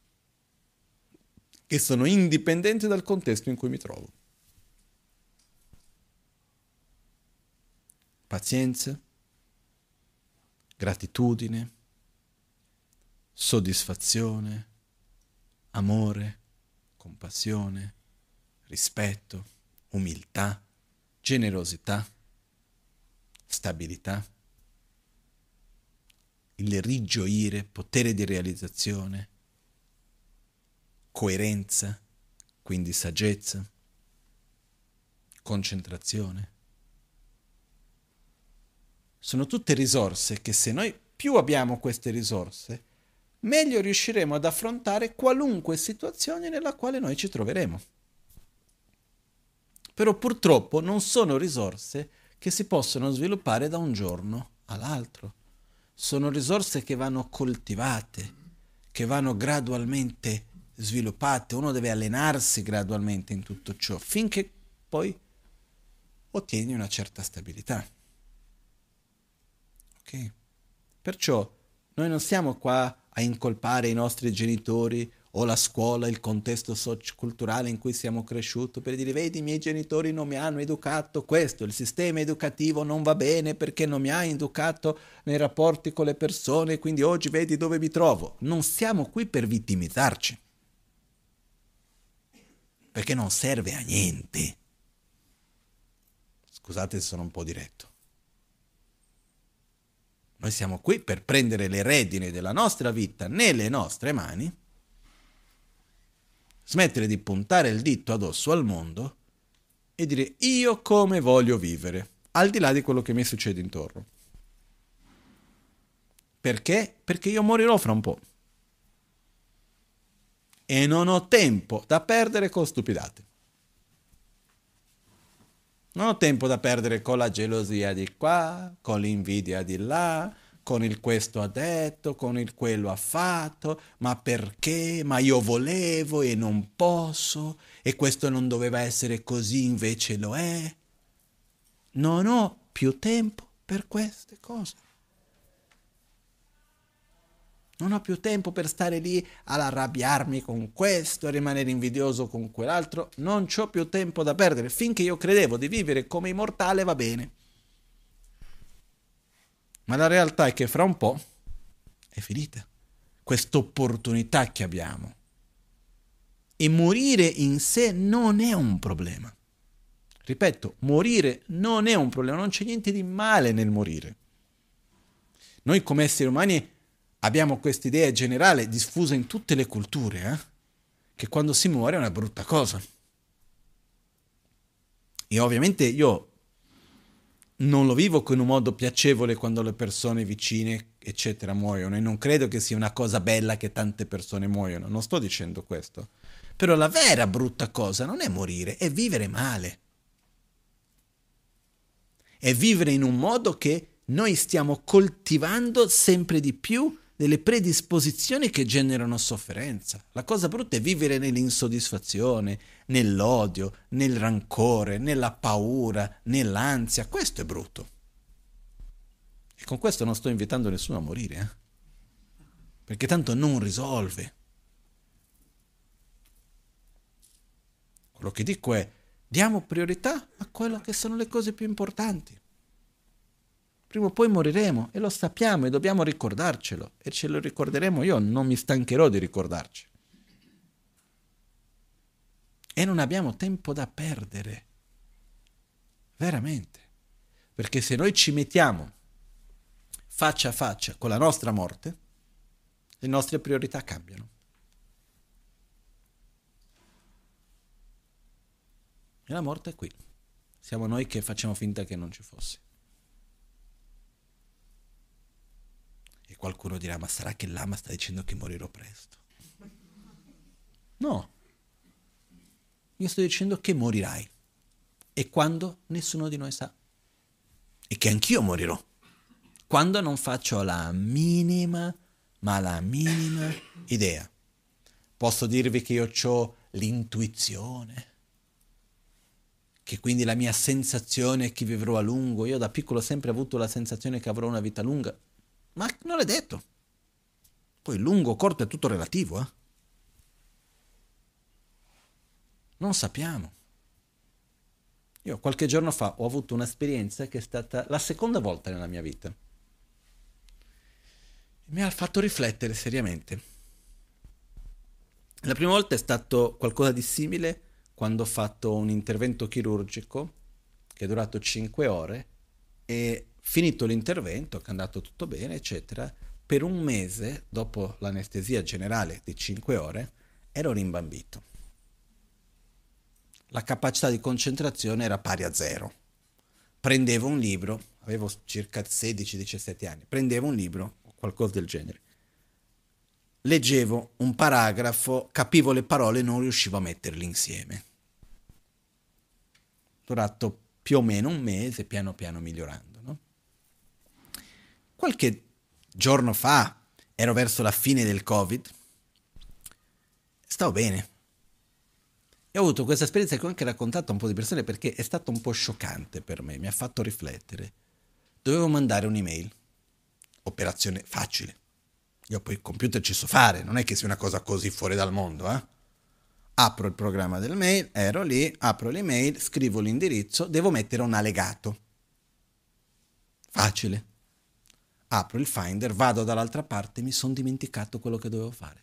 che sono indipendenti dal contesto in cui mi trovo. Pazienza, gratitudine, soddisfazione, amore, compassione, rispetto, umiltà, generosità, stabilità, il rigioire, potere di realizzazione, coerenza, quindi saggezza, concentrazione. Sono tutte risorse che se noi più abbiamo queste risorse, meglio riusciremo ad affrontare qualunque situazione nella quale noi ci troveremo. Però purtroppo non sono risorse che si possono sviluppare da un giorno all'altro. Sono risorse che vanno coltivate, che vanno gradualmente sviluppate. Uno deve allenarsi gradualmente in tutto ciò, finché poi ottieni una certa stabilità. Ok? Perciò noi non siamo qua a incolpare i nostri genitori o la scuola, il contesto socioculturale in cui siamo cresciuti per dire vedi i miei genitori non mi hanno educato questo, il sistema educativo non va bene perché non mi ha educato nei rapporti con le persone, quindi oggi vedi dove mi trovo. Non siamo qui per vittimizzarci, perché non serve a niente. Scusate se sono un po' diretto. Noi siamo qui per prendere le redini della nostra vita nelle nostre mani, smettere di puntare il dito addosso al mondo e dire io come voglio vivere, al di là di quello che mi succede intorno. Perché? Perché io morirò fra un po'. E non ho tempo da perdere con stupidate. Non ho tempo da perdere con la gelosia di qua, con l'invidia di là, con il questo ha detto, con il quello ha fatto, ma perché? Ma io volevo e non posso, e questo non doveva essere così, invece lo è. Non ho più tempo per queste cose. Non ho più tempo per stare lì ad arrabbiarmi con questo, a rimanere invidioso con quell'altro. Non c'ho più tempo da perdere. Finché io credevo di vivere come immortale va bene. Ma la realtà è che fra un po' è finita questa opportunità che abbiamo. E morire in sé non è un problema. Ripeto, morire non è un problema, non c'è niente di male nel morire. Noi come esseri umani abbiamo questa idea generale diffusa in tutte le culture, che quando si muore è una brutta cosa. E ovviamente io non lo vivo con un modo piacevole quando le persone vicine, eccetera, muoiono, e non credo che sia una cosa bella che tante persone muoiono, non sto dicendo questo. Però la vera brutta cosa non è morire, è vivere male. È vivere in un modo che noi stiamo coltivando sempre di più delle predisposizioni che generano sofferenza. La cosa brutta è vivere nell'insoddisfazione, nell'odio, nel rancore, nella paura, nell'ansia. Questo è brutto. E con questo non sto invitando nessuno a morire, perché tanto non risolve. Quello che dico è, diamo priorità a quello che sono le cose più importanti. Prima o poi moriremo e lo sappiamo e dobbiamo ricordarcelo e ce lo ricorderemo, io non mi stancherò di ricordarci. E non abbiamo tempo da perdere, veramente, perché se noi ci mettiamo faccia a faccia con la nostra morte, le nostre priorità cambiano. E la morte è qui, siamo noi che facciamo finta che non ci fosse. E qualcuno dirà, ma sarà che l'ama sta dicendo che morirò presto? No, io sto dicendo che morirai. E quando? Nessuno di noi sa. E che anch'io morirò. Quando non faccio la minima, ma la minima idea. Posso dirvi che io ho l'intuizione, che quindi la mia sensazione è che vivrò a lungo. Io da piccolo ho sempre avuto la sensazione che avrò una vita lunga. Ma non è detto. Poi lungo o corto è tutto relativo, Non sappiamo. Io qualche giorno fa ho avuto un'esperienza che è stata la seconda volta nella mia vita Mi ha fatto riflettere seriamente. La prima volta è stato qualcosa di simile quando ho fatto un intervento chirurgico che è durato 5 ore e finito l'intervento, che è andato tutto bene, eccetera, per un mese, dopo l'anestesia generale di 5 ore, ero rimbambito. La capacità di concentrazione era pari a zero. Prendevo un libro, avevo circa 16-17 anni, prendevo un libro o qualcosa del genere, leggevo un paragrafo, capivo le parole e non riuscivo a metterli insieme. Durato più o meno un mese, piano piano migliorando, no? Qualche giorno fa, ero verso la fine del Covid, stavo bene. E ho avuto questa esperienza che ho anche raccontato a un po' di persone perché è stato un po' scioccante per me, mi ha fatto riflettere. Dovevo mandare un'email, operazione facile. Io poi il computer ci so fare, non è che sia una cosa così fuori dal mondo, eh? Apro il programma del mail, ero lì, apro l'email, scrivo l'indirizzo, devo mettere un allegato. Facile. Apro il Finder, vado dall'altra parte, mi sono dimenticato quello che dovevo fare.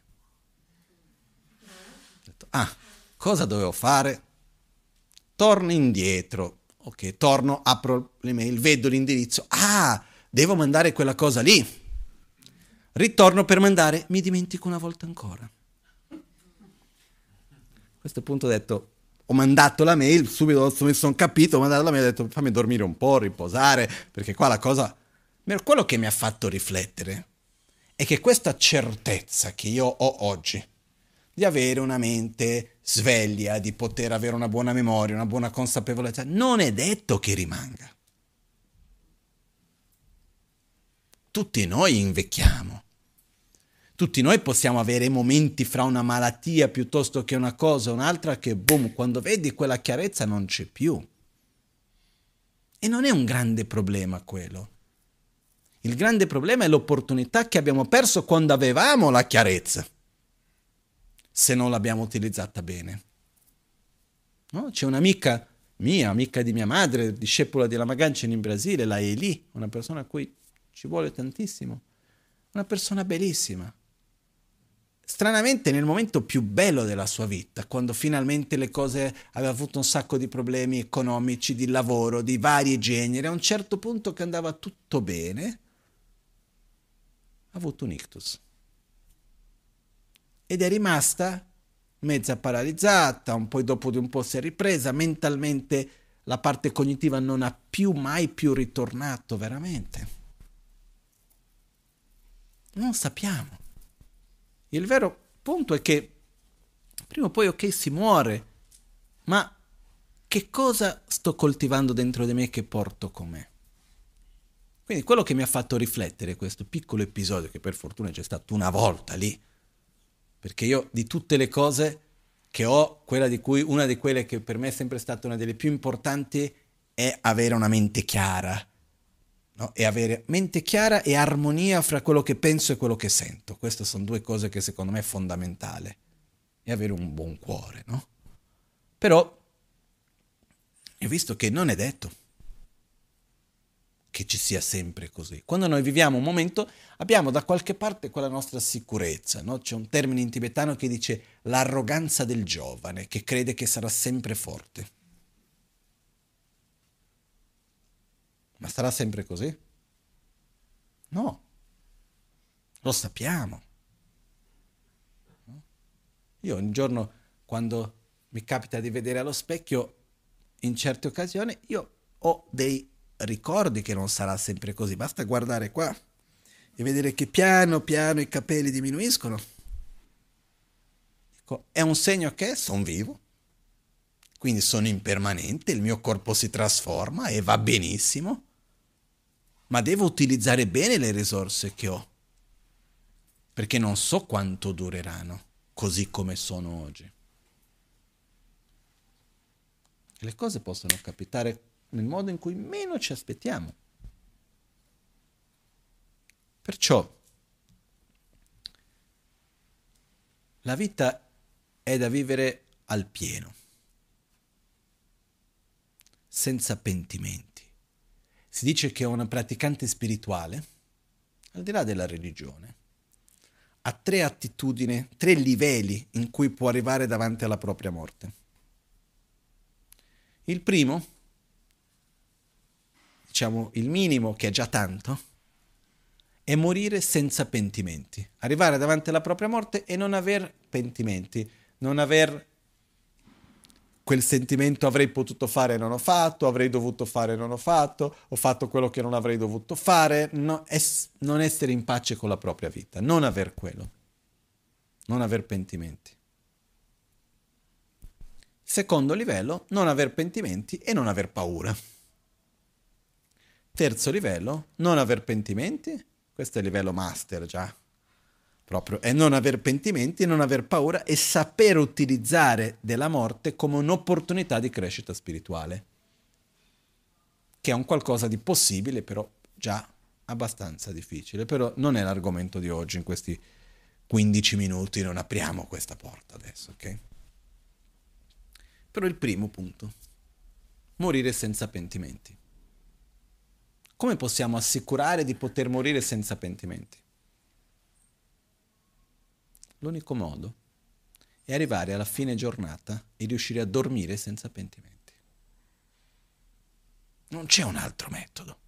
Ho detto, cosa dovevo fare? Torno indietro. Ok, torno, apro l'email, vedo l'indirizzo. Devo mandare quella cosa lì. Ritorno per mandare, mi dimentico una volta ancora. A questo punto ho detto, ho mandato la mail, subito mi sono capito, ho mandato la mail, ho detto fammi dormire un po', riposare, perché qua la cosa... Quello che mi ha fatto riflettere è che questa certezza che io ho oggi, di avere una mente sveglia, di poter avere una buona memoria, una buona consapevolezza, non è detto che rimanga. Tutti noi invecchiamo. Tutti noi possiamo avere momenti fra una malattia piuttosto che una cosa o un'altra che, boom, quando vedi quella chiarezza non c'è più. E non è un grande problema quello. Il grande problema è l'opportunità che abbiamo perso quando avevamo la chiarezza, se non l'abbiamo utilizzata bene. No? C'è un'amica mia, amica di mia madre, discepola di Lama Ganchen in Brasile, la Eli, una persona a cui ci vuole tantissimo, una persona bellissima. Stranamente nel momento più bello della sua vita, quando finalmente le cose aveva avuto un sacco di problemi economici, di lavoro, di vari generi, a un certo punto che andava tutto bene, ha avuto un ictus. Ed è rimasta mezza paralizzata, un po' dopo di un po' si è ripresa, mentalmente la parte cognitiva non ha più mai più ritornato veramente. Non sappiamo. Il vero punto è che prima o poi ok si muore, ma che cosa sto coltivando dentro di me che porto con me? Quindi quello che mi ha fatto riflettere questo piccolo episodio, che per fortuna c'è stato una volta lì, perché io di tutte le cose che ho, quella di cui una di quelle che per me è sempre stata una delle più importanti è avere una mente chiara, no? E avere mente chiara e armonia fra quello che penso e quello che sento. Queste sono due cose che secondo me è fondamentale. E avere un buon cuore, no? Però ho visto che non è detto che ci sia sempre così. Quando noi viviamo un momento abbiamo da qualche parte quella nostra sicurezza, no? C'è un termine in tibetano che dice l'arroganza del giovane che crede che sarà sempre forte. Ma sarà sempre così? No, lo sappiamo. Io un giorno, quando mi capita di vedere allo specchio, in certe occasioni, io ho dei ricordi che non sarà sempre così. Basta guardare qua e vedere che piano piano i capelli diminuiscono. Dico, è un segno che sono vivo, quindi sono impermanente, il mio corpo si trasforma e va benissimo, ma devo utilizzare bene le risorse che ho, perché non so quanto dureranno così come sono oggi. Le cose possono capitare nel modo in cui meno ci aspettiamo. Perciò la vita è da vivere al pieno, senza pentimenti. Si dice che un praticante spirituale al di là della religione, ha tre attitudini, tre livelli in cui può arrivare davanti alla propria morte. Il primo, diciamo il minimo, che è già tanto, è morire senza pentimenti. Arrivare davanti alla propria morte e non aver pentimenti, non aver quel sentimento avrei potuto fare e non ho fatto, avrei dovuto fare e non ho fatto quello che non avrei dovuto fare, no, non essere in pace con la propria vita, non aver quello, non aver pentimenti. Secondo livello, non aver pentimenti e non aver paura. Terzo livello, non aver pentimenti, questo è il livello master già, proprio, è non aver pentimenti e non aver paura e saper utilizzare della morte come un'opportunità di crescita spirituale, che è un qualcosa di possibile, però già abbastanza difficile, però non è l'argomento di oggi, in questi 15 minuti non apriamo questa porta adesso, ok? Però il primo punto, morire senza pentimenti. Come possiamo assicurare di poter morire senza pentimenti? L'unico modo è arrivare alla fine giornata e riuscire a dormire senza pentimenti. Non c'è un altro metodo.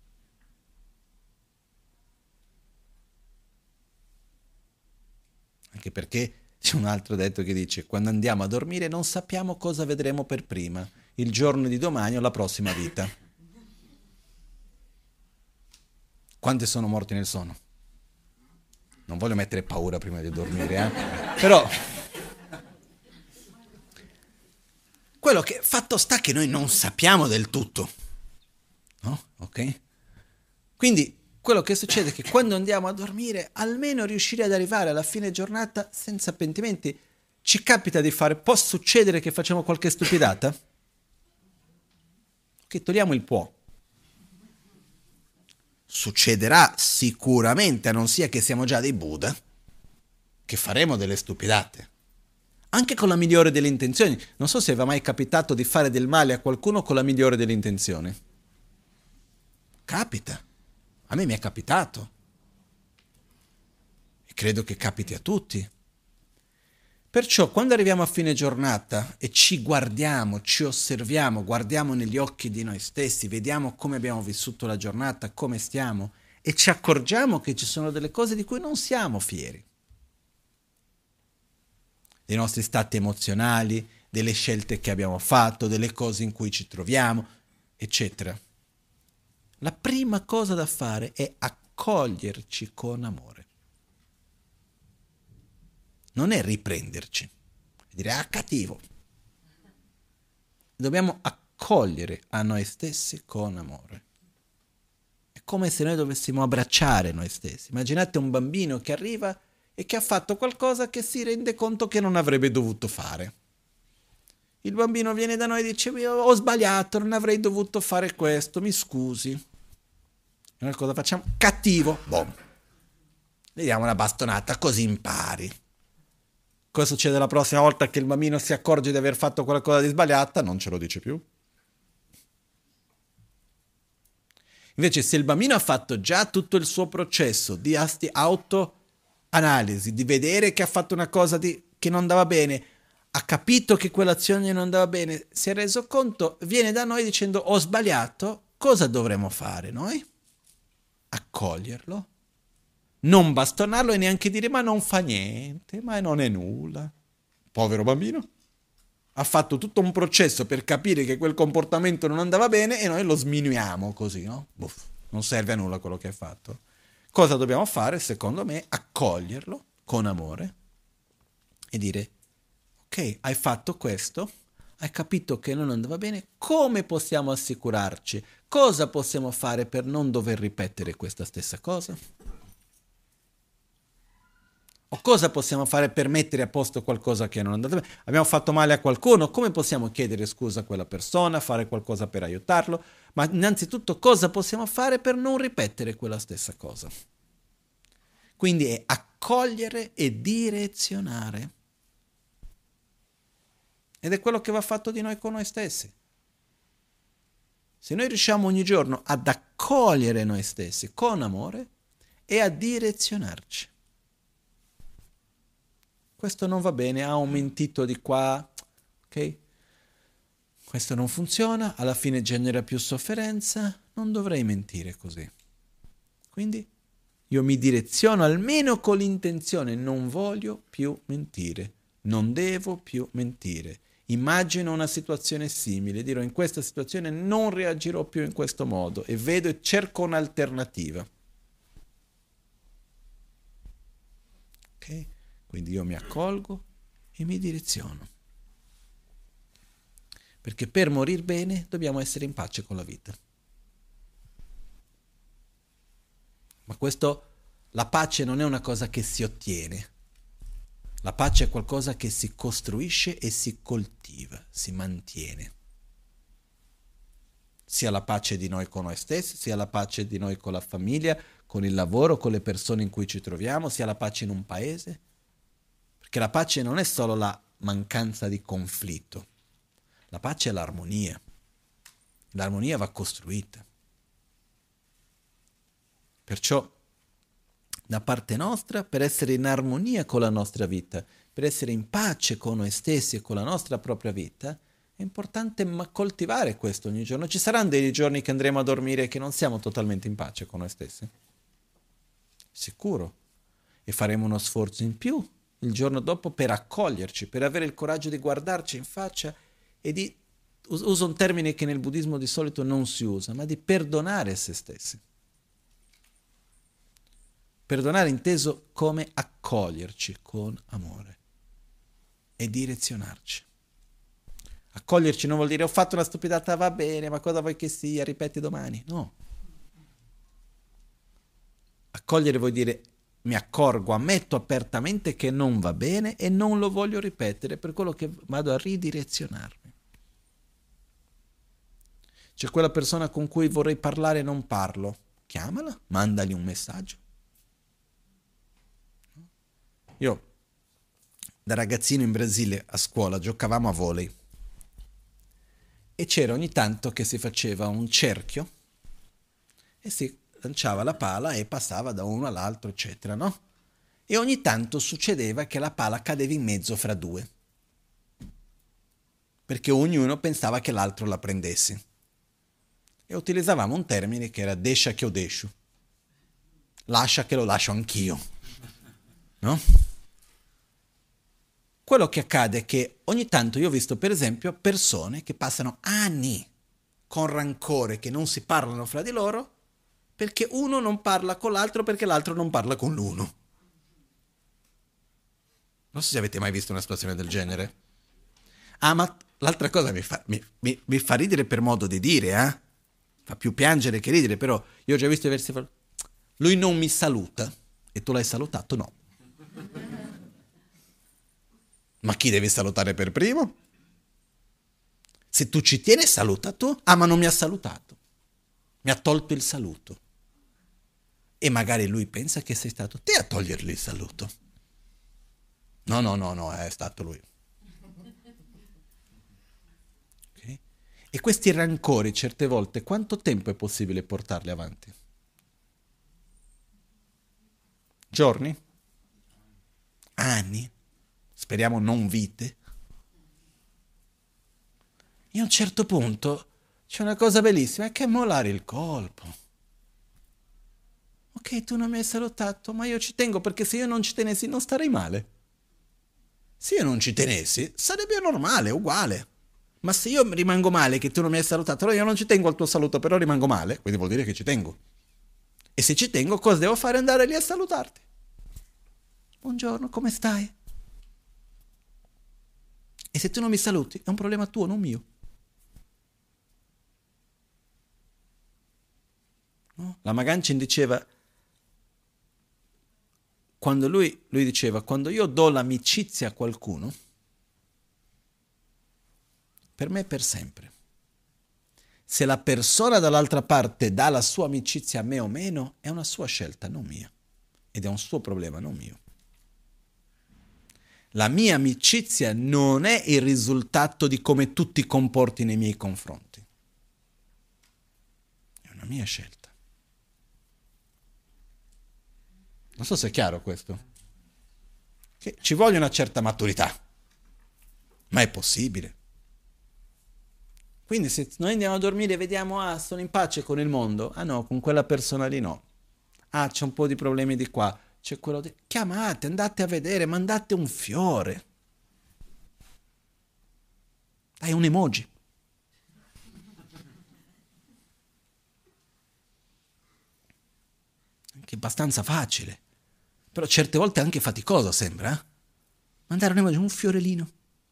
Anche perché c'è un altro detto che dice: quando andiamo a dormire non sappiamo cosa vedremo per prima, il giorno di domani o la prossima vita. Quanti sono morti nel sonno? Non voglio mettere paura prima di dormire, però quello che fatto sta che noi non sappiamo del tutto, no? Ok? Quindi quello che succede è che quando andiamo a dormire almeno riuscire ad arrivare alla fine giornata senza pentimenti. Ci capita di fare, può succedere che facciamo qualche stupidata? Ok, togliamo il può. Succederà sicuramente, a non sia che siamo già dei Buddha, che faremo delle stupidate. Anche con la migliore delle intenzioni. Non so se vi è mai capitato di fare del male a qualcuno con la migliore delle intenzioni. Capita. A me mi è capitato. E credo che capiti a tutti. Perciò quando arriviamo a fine giornata e ci guardiamo, ci osserviamo, guardiamo negli occhi di noi stessi, vediamo come abbiamo vissuto la giornata, come stiamo, e ci accorgiamo che ci sono delle cose di cui non siamo fieri. Dei nostri stati emozionali, delle scelte che abbiamo fatto, delle cose in cui ci troviamo, eccetera. La prima cosa da fare è accoglierci con amore. Non è riprenderci, è dire cattivo. Dobbiamo accogliere a noi stessi con amore. È come se noi dovessimo abbracciare noi stessi. Immaginate un bambino che arriva e che ha fatto qualcosa che si rende conto che non avrebbe dovuto fare. Il bambino viene da noi e dice: ho sbagliato, non avrei dovuto fare questo, mi scusi. E noi cosa facciamo? Cattivo, boom. Gli diamo una bastonata così impari. Cosa succede la prossima volta che il bambino si accorge di aver fatto qualcosa di sbagliata? Non ce lo dice più. Invece se il bambino ha fatto già tutto il suo processo di autoanalisi, di vedere che ha fatto una cosa che non andava bene, ha capito che quell'azione non andava bene, si è reso conto, viene da noi dicendo: ho sbagliato, cosa dovremmo fare noi? Accoglierlo, non bastonarlo e neanche dire: ma non fa niente, ma non è nulla. Povero bambino. Ha fatto tutto un processo per capire che quel comportamento non andava bene e noi lo sminuiamo così, no? Buff, non serve a nulla quello che hai fatto. Cosa dobbiamo fare? Secondo me, accoglierlo con amore e dire: ok, hai fatto questo, hai capito che non andava bene, come possiamo assicurarci? Cosa possiamo fare per non dover ripetere questa stessa cosa? O cosa possiamo fare per mettere a posto qualcosa che non è andato bene? Abbiamo fatto male a qualcuno, come possiamo chiedere scusa a quella persona, fare qualcosa per aiutarlo? Ma innanzitutto cosa possiamo fare per non ripetere quella stessa cosa? Quindi è accogliere e direzionare. Ed è quello che va fatto di noi con noi stessi. Se noi riusciamo ogni giorno ad accogliere noi stessi con amore, e a direzionarci. Questo non va bene, ha un mentito di qua, ok? Questo non funziona, alla fine genera più sofferenza, non dovrei mentire così. Quindi io mi direziono almeno con l'intenzione, non voglio più mentire, non devo più mentire. Immagino una situazione simile, dirò in questa situazione non reagirò più in questo modo e vedo e cerco un'alternativa. Ok? Quindi io mi accolgo e mi direziono. Perché per morir bene dobbiamo essere in pace con la vita. Ma la pace non è una cosa che si ottiene. La pace è qualcosa che si costruisce e si coltiva, si mantiene. Sia la pace di noi con noi stessi, sia la pace di noi con la famiglia, con il lavoro, con le persone in cui ci troviamo, sia la pace in un paese. Perché la pace non è solo la mancanza di conflitto. La pace è l'armonia. L'armonia va costruita. Perciò, da parte nostra, per essere in armonia con la nostra vita, per essere in pace con noi stessi e con la nostra propria vita, è importante coltivare questo ogni giorno. Ci saranno dei giorni che andremo a dormire e che non siamo totalmente in pace con noi stessi? Sicuro. E faremo uno sforzo in più il giorno dopo per accoglierci, per avere il coraggio di guardarci in faccia e di, uso un termine che nel buddismo di solito non si usa, ma di perdonare se stessi. Perdonare inteso come accoglierci con amore e direzionarci. Accoglierci non vuol dire ho fatto una stupidata, va bene, ma cosa vuoi che sia, ripeti domani. No. Accogliere vuol dire mi accorgo, ammetto apertamente che non va bene e non lo voglio ripetere, per quello che vado a ridirezionarmi. C'è quella persona con cui vorrei parlare e non parlo. Chiamala, mandagli un messaggio. Io da ragazzino in Brasile a scuola giocavamo a volley e c'era ogni tanto che si faceva un cerchio e si lanciava la pala e passava da uno all'altro, eccetera, no? E ogni tanto succedeva che la pala cadeva in mezzo fra due, perché ognuno pensava che l'altro la prendesse. E utilizzavamo un termine che era deixa che eu deixo, lascia che lo lascio anch'io, no? Quello che accade è che ogni tanto io ho visto per esempio persone che passano anni con rancore, che non si parlano fra di loro, perché uno non parla con l'altro perché l'altro non parla con l'uno. Non so se avete mai visto una situazione del genere. Ah, ma l'altra cosa mi fa ridere per modo di dire, eh? Fa più piangere che ridere, però io ho già visto diversi... Lui non mi saluta e tu l'hai salutato? No. Ma chi devi salutare per primo? Se tu ci tieni, saluta tu. Ah, ma non mi ha salutato. Mi ha tolto il saluto. E magari lui pensa che sei stato te a togliergli il saluto. No, è stato lui. Okay? E questi rancori, certe volte, quanto tempo è possibile portarli avanti? Giorni? Anni? Speriamo non vite. E a un certo punto c'è una cosa bellissima, è che è mollare il colpo. Ok, tu non mi hai salutato, ma io ci tengo perché se io non ci tenessi non starei male. Se io non ci tenessi sarebbe normale, uguale. Ma se io rimango male che tu non mi hai salutato, allora io non ci tengo al tuo saluto, però rimango male, quindi vuol dire che ci tengo. E se ci tengo, cosa devo fare? Andare lì a salutarti. Buongiorno, come stai? E se tu non mi saluti, è un problema tuo, non mio. No? La Magancin diceva, lui diceva, quando io do l'amicizia a qualcuno, per me è per sempre. Se la persona dall'altra parte dà la sua amicizia a me o meno, è una sua scelta, non mia. Ed è un suo problema, non mio. La mia amicizia non è il risultato di come tu ti comporti nei miei confronti. È una mia scelta. Non so se è chiaro questo. Che ci vuole una certa maturità, ma è possibile. Quindi se noi andiamo a dormire e vediamo, ah, sono in pace con il mondo, ah no, con quella persona lì no. Ah, c'è un po' di problemi di qua, c'è quello di... Chiamate, andate a vedere, mandate un fiore. Dai un emoji. Che è abbastanza facile. Però certe volte anche faticoso sembra, eh? Mandare un emoji, un fiorellino.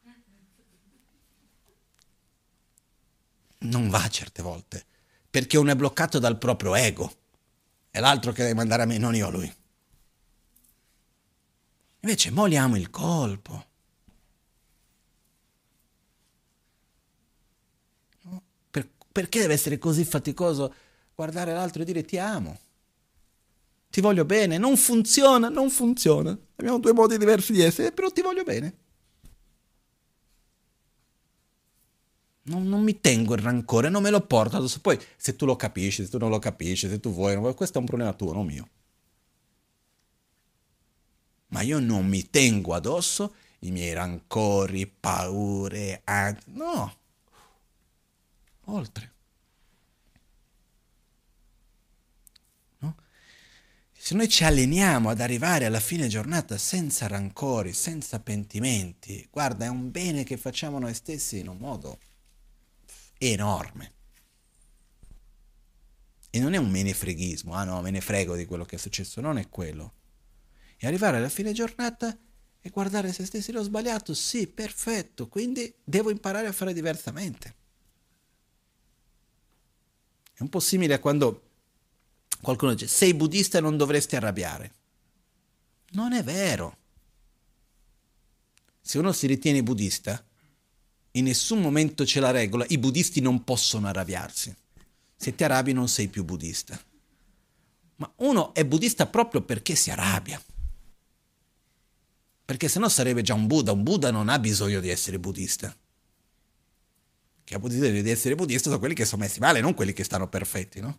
Non va certe volte, perché uno è bloccato dal proprio ego. È l'altro che deve mandare a me, non io a lui. Invece moliamo il colpo. No? Perché deve essere così faticoso guardare l'altro e dire ti amo? Ti voglio bene? Non funziona, non funziona. Abbiamo due modi diversi di essere, però ti voglio bene. Non mi tengo il rancore, non me lo porto addosso. Poi se tu lo capisci, se tu non lo capisci, se tu vuoi, non vuoi, questo è un problema tuo, non mio. Ma io non mi tengo addosso i miei rancori, paure, no, oltre. No? Se noi ci alleniamo ad arrivare alla fine giornata senza rancori, senza pentimenti, guarda, è un bene che facciamo noi stessi in un modo enorme. E non è un menefreghismo, ah no, me ne frego di quello che è successo, non è quello. E arrivare alla fine giornata e guardare se stessi l'ho sbagliato, sì, perfetto, quindi devo imparare a fare diversamente. È un po' simile a quando qualcuno dice sei buddista e non dovresti arrabbiare. Non è vero. Se uno si ritiene buddista, in nessun momento c'è la regola, i buddisti non possono arrabbiarsi. Se ti arrabbi non sei più buddista. Ma uno è buddista proprio perché si arrabbia. Perché sennò sarebbe già un Buddha. Un Buddha non ha bisogno di essere buddista. Che ha bisogno di essere buddista sono quelli che sono messi male, non quelli che stanno perfetti, no?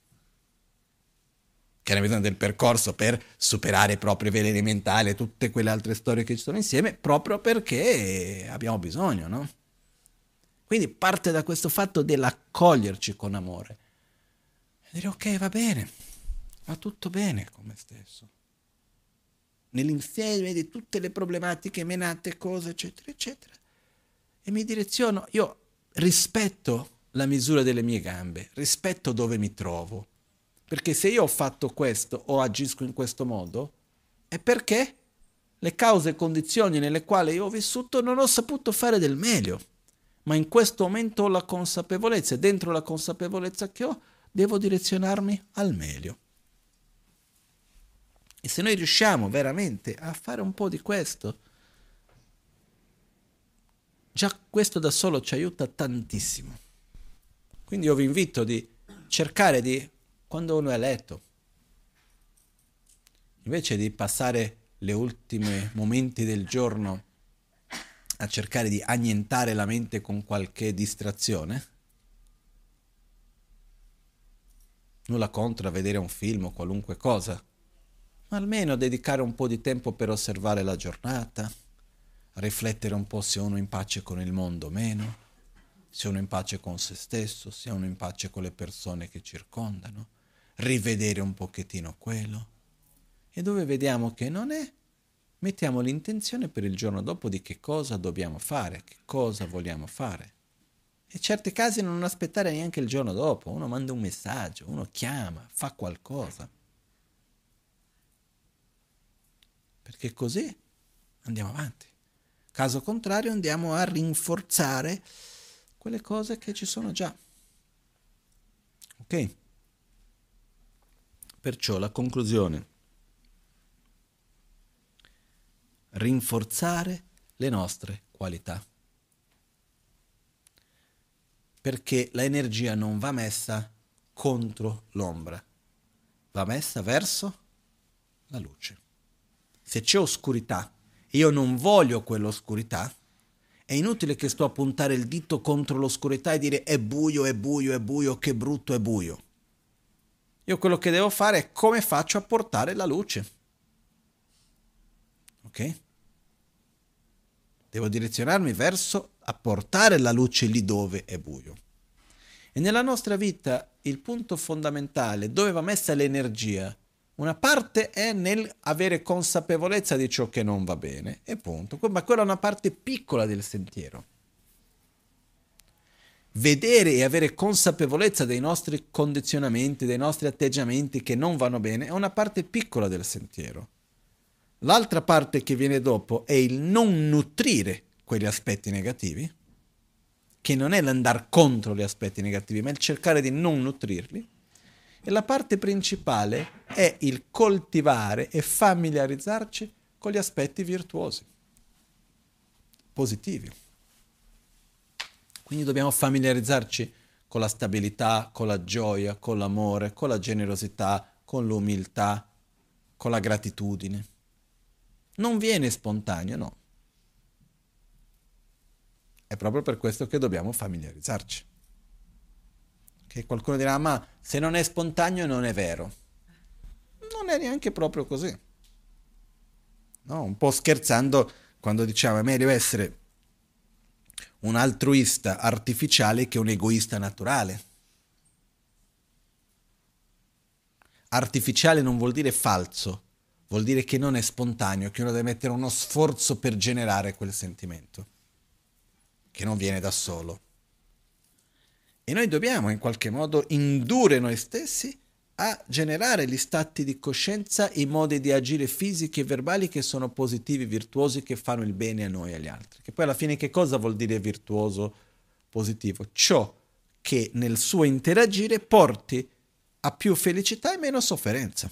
Che hanno bisogno del percorso per superare i propri veleni mentali e tutte quelle altre storie che ci sono insieme, proprio perché abbiamo bisogno, no? Quindi parte da questo fatto dell'accoglierci con amore. E dire ok, va bene, va tutto bene con me stesso. Nell'insieme di tutte le problematiche, menate, cose, eccetera, eccetera. E mi direziono, io rispetto la misura delle mie gambe, rispetto dove mi trovo. Perché se io ho fatto questo o agisco in questo modo, è perché le cause e condizioni nelle quali io ho vissuto non ho saputo fare del meglio. Ma in questo momento ho la consapevolezza e dentro la consapevolezza che ho devo direzionarmi al meglio. E se noi riusciamo veramente a fare un po' di questo, già questo da solo ci aiuta tantissimo. Quindi io vi invito di cercare di, quando uno è a letto, invece di passare le ultime momenti del giorno a cercare di annientare la mente con qualche distrazione, nulla contro a vedere un film o qualunque cosa, ma almeno dedicare un po' di tempo per osservare la giornata, riflettere un po' se uno è in pace con il mondo o meno, se uno è in pace con se stesso, se uno è in pace con le persone che circondano, rivedere un pochettino quello. E dove vediamo che non è, mettiamo l'intenzione per il giorno dopo di che cosa dobbiamo fare, che cosa vogliamo fare. E in certi casi non aspettare neanche il giorno dopo, uno manda un messaggio, uno chiama, fa qualcosa. Perché così andiamo avanti. Caso contrario andiamo a rinforzare quelle cose che ci sono già. Ok? Perciò la conclusione. Rinforzare le nostre qualità. Perché l'energia non va messa contro l'ombra, va messa verso la luce. Se c'è oscurità e io non voglio quell'oscurità, è inutile che sto a puntare il dito contro l'oscurità e dire è buio, è buio, è buio, che brutto è buio. Io quello che devo fare è come faccio a portare la luce. ok? Devo direzionarmi verso apportare la luce lì dove è buio. E nella nostra vita il punto fondamentale, dove va messa l'energia, una parte è nel avere consapevolezza di ciò che non va bene, e punto. Ma quella è una parte piccola del sentiero. Vedere e avere consapevolezza dei nostri condizionamenti, dei nostri atteggiamenti che non vanno bene, è una parte piccola del sentiero. L'altra parte che viene dopo è il non nutrire quegli aspetti negativi, che non è l'andare contro gli aspetti negativi, ma il cercare di non nutrirli. E la parte principale è il coltivare e familiarizzarci con gli aspetti virtuosi, positivi. Quindi dobbiamo familiarizzarci con la stabilità, con la gioia, con l'amore, con la generosità, con l'umiltà, con la gratitudine. Non viene spontaneo, no. È proprio per questo che dobbiamo familiarizzarci. Che qualcuno dirà, ma se non è spontaneo non è vero. Non è neanche proprio così. No, un po' scherzando quando diciamo è meglio essere un altruista artificiale che un egoista naturale. Artificiale non vuol dire falso, vuol dire che non è spontaneo, che uno deve mettere uno sforzo per generare quel sentimento, che non viene da solo. E noi dobbiamo in qualche modo indurre noi stessi a generare gli stati di coscienza, i modi di agire fisici e verbali che sono positivi, virtuosi, che fanno il bene a noi e agli altri. Che poi alla fine che cosa vuol dire virtuoso, positivo? Ciò che nel suo interagire porti a più felicità e meno sofferenza.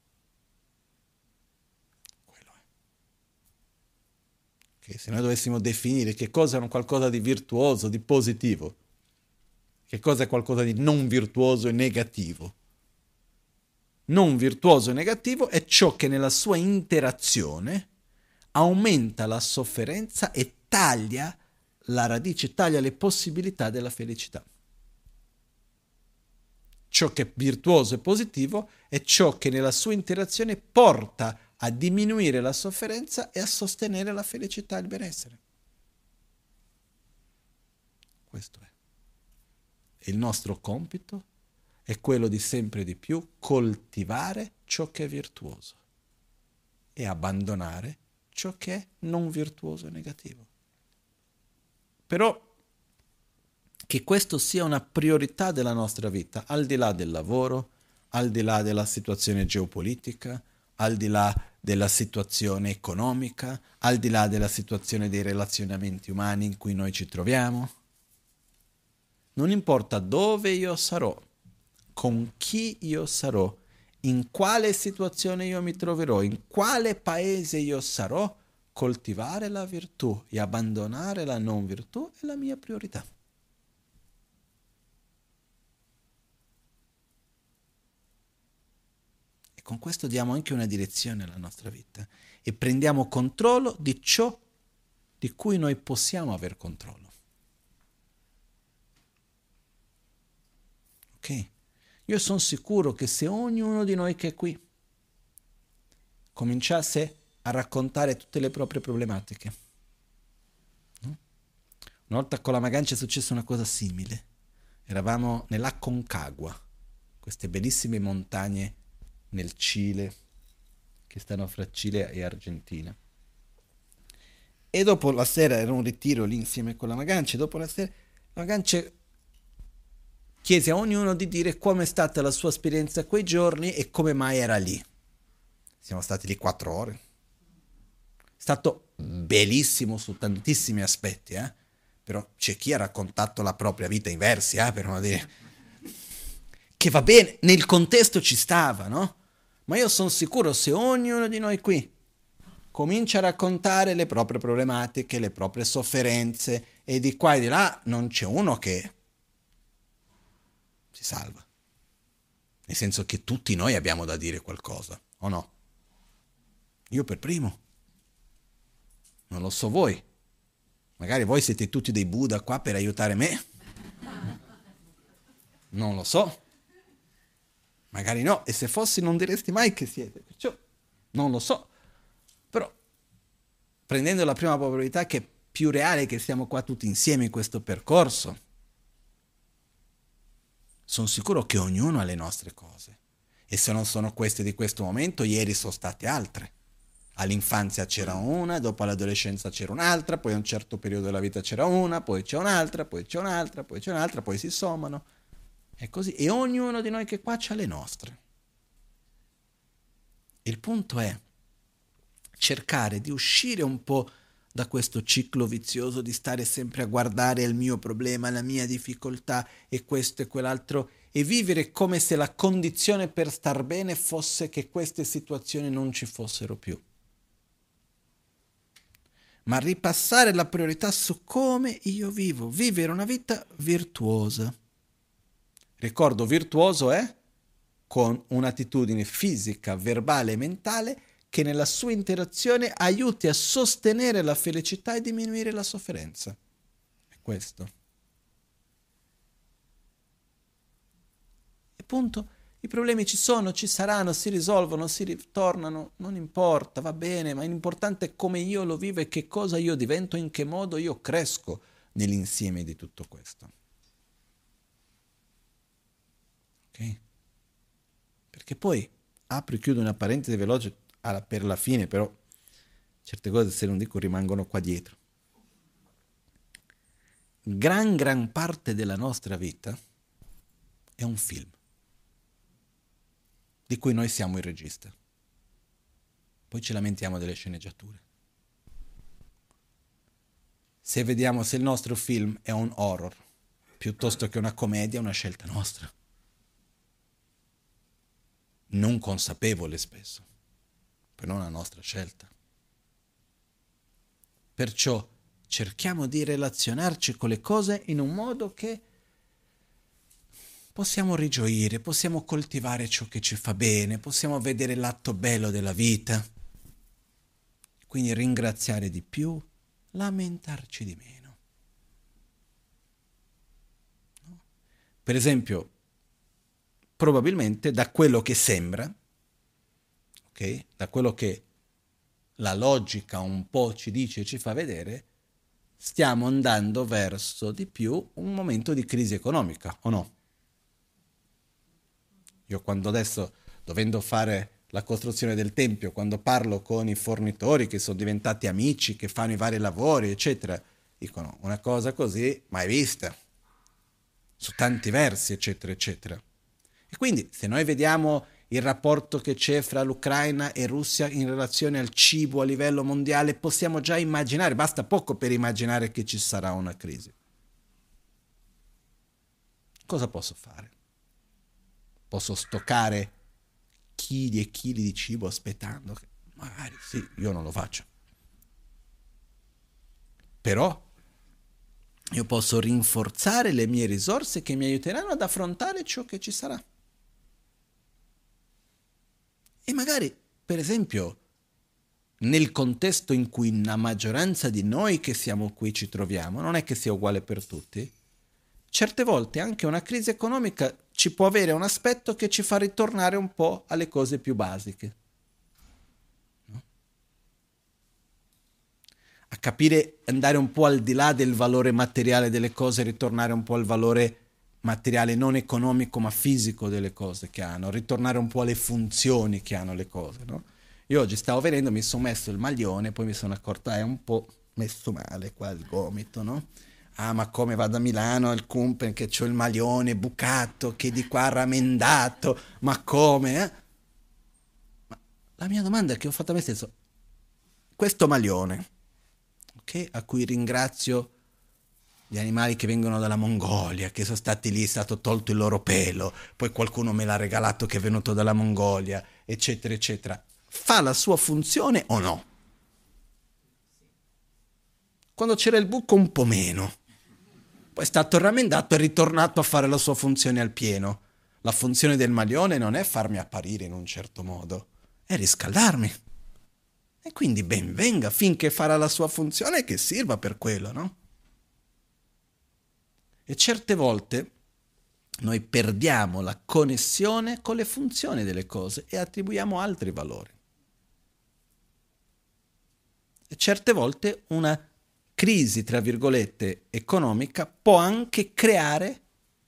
Quello è. Che se noi dovessimo definire che cosa è un qualcosa di virtuoso, di positivo, che cosa è qualcosa di non virtuoso e negativo? Non virtuoso e negativo è ciò che nella sua interazione aumenta la sofferenza e taglia la radice, taglia le possibilità della felicità. Ciò che è virtuoso e positivo è ciò che nella sua interazione porta a diminuire la sofferenza e a sostenere la felicità e il benessere. Questo è. Il nostro compito è quello di sempre di più coltivare ciò che è virtuoso e abbandonare ciò che è non virtuoso e negativo. Però che questo sia una priorità della nostra vita, al di là del lavoro, al di là della situazione geopolitica, al di là della situazione economica, al di là della situazione dei relazionamenti umani in cui noi ci troviamo. Non importa dove io sarò, con chi io sarò, in quale situazione io mi troverò, in quale paese io sarò, coltivare la virtù e abbandonare la non virtù è la mia priorità. E con questo diamo anche una direzione alla nostra vita e prendiamo controllo di ciò di cui noi possiamo aver controllo. Ok? Io sono sicuro che se ognuno di noi che è qui cominciasse a raccontare tutte le proprie problematiche, no? Una volta con la Magancia è successa una cosa simile. Eravamo nell'Aconcagua, queste bellissime montagne nel Cile, che stanno fra Cile e Argentina. E dopo la sera era un ritiro lì insieme con la Magancia, e dopo la sera la Magancia chiese a ognuno di dire come è stata la sua esperienza quei giorni e come mai era lì. Siamo stati lì 4 ore. È stato bellissimo su tantissimi aspetti, però c'è chi ha raccontato la propria vita in versi, per non dire che va bene, nel contesto ci stava, no? Ma io sono sicuro se ognuno di noi qui comincia a raccontare le proprie problematiche, le proprie sofferenze e di qua e di là, non c'è uno che si salva. Nel senso che tutti noi abbiamo da dire qualcosa, o no? Io per primo. Non lo so voi. Magari voi siete tutti dei Buddha qua per aiutare me. Non lo so. Magari no. E se fossi non diresti mai che siete. Perciò non lo so. Però prendendo la prima probabilità che è più reale che siamo qua tutti insieme in questo percorso, sono sicuro che ognuno ha le nostre cose. E se non sono queste di questo momento, ieri sono state altre. All'infanzia c'era una, dopo all'adolescenza c'era un'altra, poi a un certo periodo della vita c'era una, poi c'è un'altra, poi c'è un'altra, poi c'è un'altra, poi si sommano. È così. E ognuno di noi che qua ha le nostre. Il punto è cercare di uscire un po' da questo ciclo vizioso di stare sempre a guardare il mio problema, la mia difficoltà e questo e quell'altro e vivere come se la condizione per star bene fosse che queste situazioni non ci fossero più. Ma ripassare la priorità su come io vivo, vivere una vita virtuosa. Ricordo, virtuoso è con un'attitudine fisica, verbale e mentale che nella sua interazione aiuti a sostenere la felicità e diminuire la sofferenza. È questo. E punto. I problemi ci sono, ci saranno, si risolvono, si ritornano, non importa, va bene, ma l'importante è come io lo vivo e che cosa io divento, in che modo io cresco nell'insieme di tutto questo. Ok? Perché poi, apro e chiudo una parentesi veloce per la fine, però certe cose se non dico rimangono qua dietro. Gran parte della nostra vita è un film di cui noi siamo il regista. Poi ci lamentiamo delle sceneggiature. Se vediamo se il nostro film è un horror piuttosto che una commedia, è una scelta nostra. Non consapevole spesso, però è una nostra scelta. Perciò cerchiamo di relazionarci con le cose in un modo che possiamo rigioire, possiamo coltivare ciò che ci fa bene, possiamo vedere l'atto bello della vita, quindi ringraziare di più, lamentarci di meno. No? Per esempio, probabilmente da quello che sembra, ok? Da quello che la logica un po' ci dice e ci fa vedere, stiamo andando verso di più un momento di crisi economica, o no? Io quando adesso, dovendo fare la costruzione del tempio, quando parlo con i fornitori che sono diventati amici, che fanno i vari lavori, eccetera, dicono una cosa così mai vista, su tanti versi, eccetera, eccetera. E quindi se noi vediamo il rapporto che c'è fra l'Ucraina e Russia in relazione al cibo a livello mondiale, possiamo già immaginare, basta poco per immaginare che ci sarà una crisi. Cosa posso fare? Posso stoccare chili e chili di cibo aspettando? Magari sì, io non lo faccio. Però io posso rinforzare le mie risorse che mi aiuteranno ad affrontare ciò che ci sarà. E magari, per esempio, nel contesto in cui la maggioranza di noi che siamo qui ci troviamo, non è che sia uguale per tutti, certe volte anche una crisi economica ci può avere un aspetto che ci fa ritornare un po' alle cose più basiche. No? A capire, andare un po' al di là del valore materiale delle cose, ritornare un po' al valore materiale non economico ma fisico delle cose che hanno, ritornare un po' alle funzioni che hanno le cose. No? Io oggi stavo venendo, mi sono messo il maglione, poi mi sono accorto, è un po' messo male qua il gomito, no? Ah, ma come vado a Milano al Kumpen che c'ho il maglione bucato, che di qua ramendato, ma come? Ma la mia domanda che ho fatto a me stesso, questo maglione, ok, a cui ringrazio gli animali che vengono dalla Mongolia, che sono stati lì, è stato tolto il loro pelo, poi qualcuno me l'ha regalato che è venuto dalla Mongolia, eccetera, eccetera, fa la sua funzione o no? Quando c'era il buco un po' meno. Poi è stato ramendato e ritornato a fare la sua funzione al pieno. La funzione del maglione non è farmi apparire in un certo modo, è riscaldarmi. E quindi ben venga finché farà la sua funzione che sirva per quello, no? E certe volte noi perdiamo la connessione con le funzioni delle cose e attribuiamo altri valori. E certe volte una crisi, tra virgolette, economica può anche creare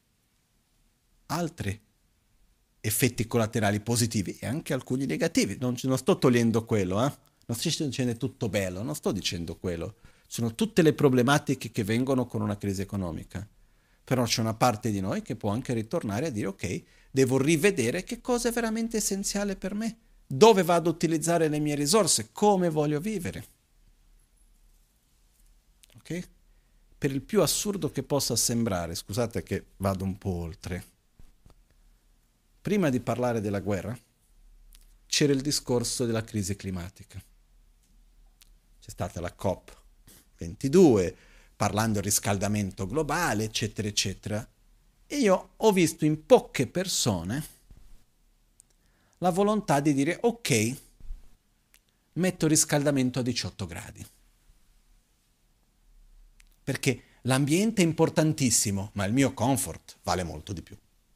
altri effetti collaterali positivi e anche alcuni negativi. Non sto togliendo quello, non sto dicendo tutto bello, non sto dicendo quello. Sono tutte le problematiche che vengono con una crisi economica. Però c'è una parte di noi che può anche ritornare a dire ok, devo rivedere che cosa è veramente essenziale per me, dove vado a utilizzare le mie risorse, come voglio vivere. Ok? Per il più assurdo che possa sembrare, scusate che vado un po' oltre, prima di parlare della guerra c'era il discorso della crisi climatica. C'è stata la COP22, parlando del riscaldamento globale, eccetera, eccetera. E io ho visto in poche persone la volontà di dire ok, metto il riscaldamento a 18 gradi. Perché l'ambiente è importantissimo, ma il mio comfort vale molto di più.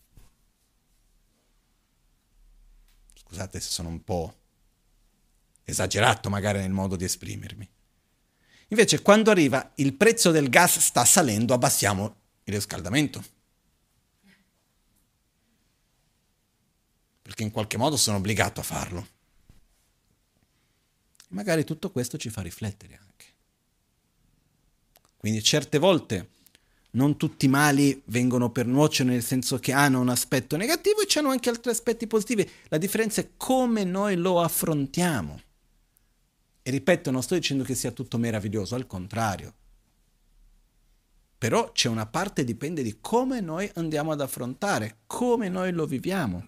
Scusate se sono un po' esagerato magari nel modo di esprimermi. Invece quando arriva il prezzo del gas sta salendo, abbassiamo il riscaldamento. Perché in qualche modo sono obbligato a farlo. Magari tutto questo ci fa riflettere anche. Quindi certe volte non tutti i mali vengono per nuocere, nel senso che hanno un aspetto negativo e hanno anche altri aspetti positivi. La differenza è come noi lo affrontiamo. E ripeto, non sto dicendo che sia tutto meraviglioso, al contrario. Però c'è una parte, dipende di come noi andiamo ad affrontare, come noi lo viviamo.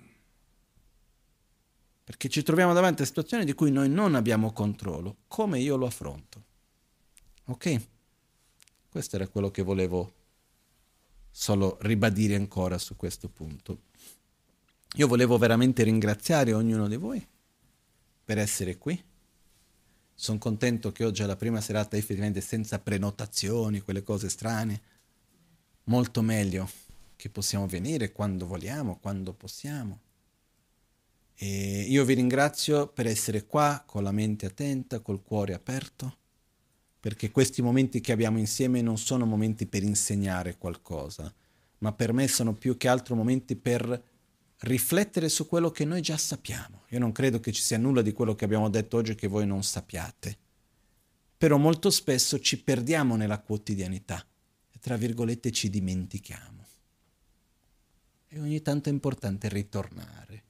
Perché ci troviamo davanti a situazioni di cui noi non abbiamo controllo, come io lo affronto. Ok? Questo era quello che volevo solo ribadire ancora su questo punto. Io volevo veramente ringraziare ognuno di voi per essere qui. Sono contento che oggi è la prima serata effettivamente senza prenotazioni, quelle cose strane. Molto meglio che possiamo venire quando vogliamo, quando possiamo. E io vi ringrazio per essere qua con la mente attenta, col cuore aperto, perché questi momenti che abbiamo insieme non sono momenti per insegnare qualcosa, ma per me sono più che altro momenti per riflettere su quello che noi già sappiamo. Io non credo che ci sia nulla di quello che abbiamo detto oggi che voi non sappiate, però molto spesso ci perdiamo nella quotidianità e tra virgolette ci dimentichiamo. E ogni tanto è importante ritornare.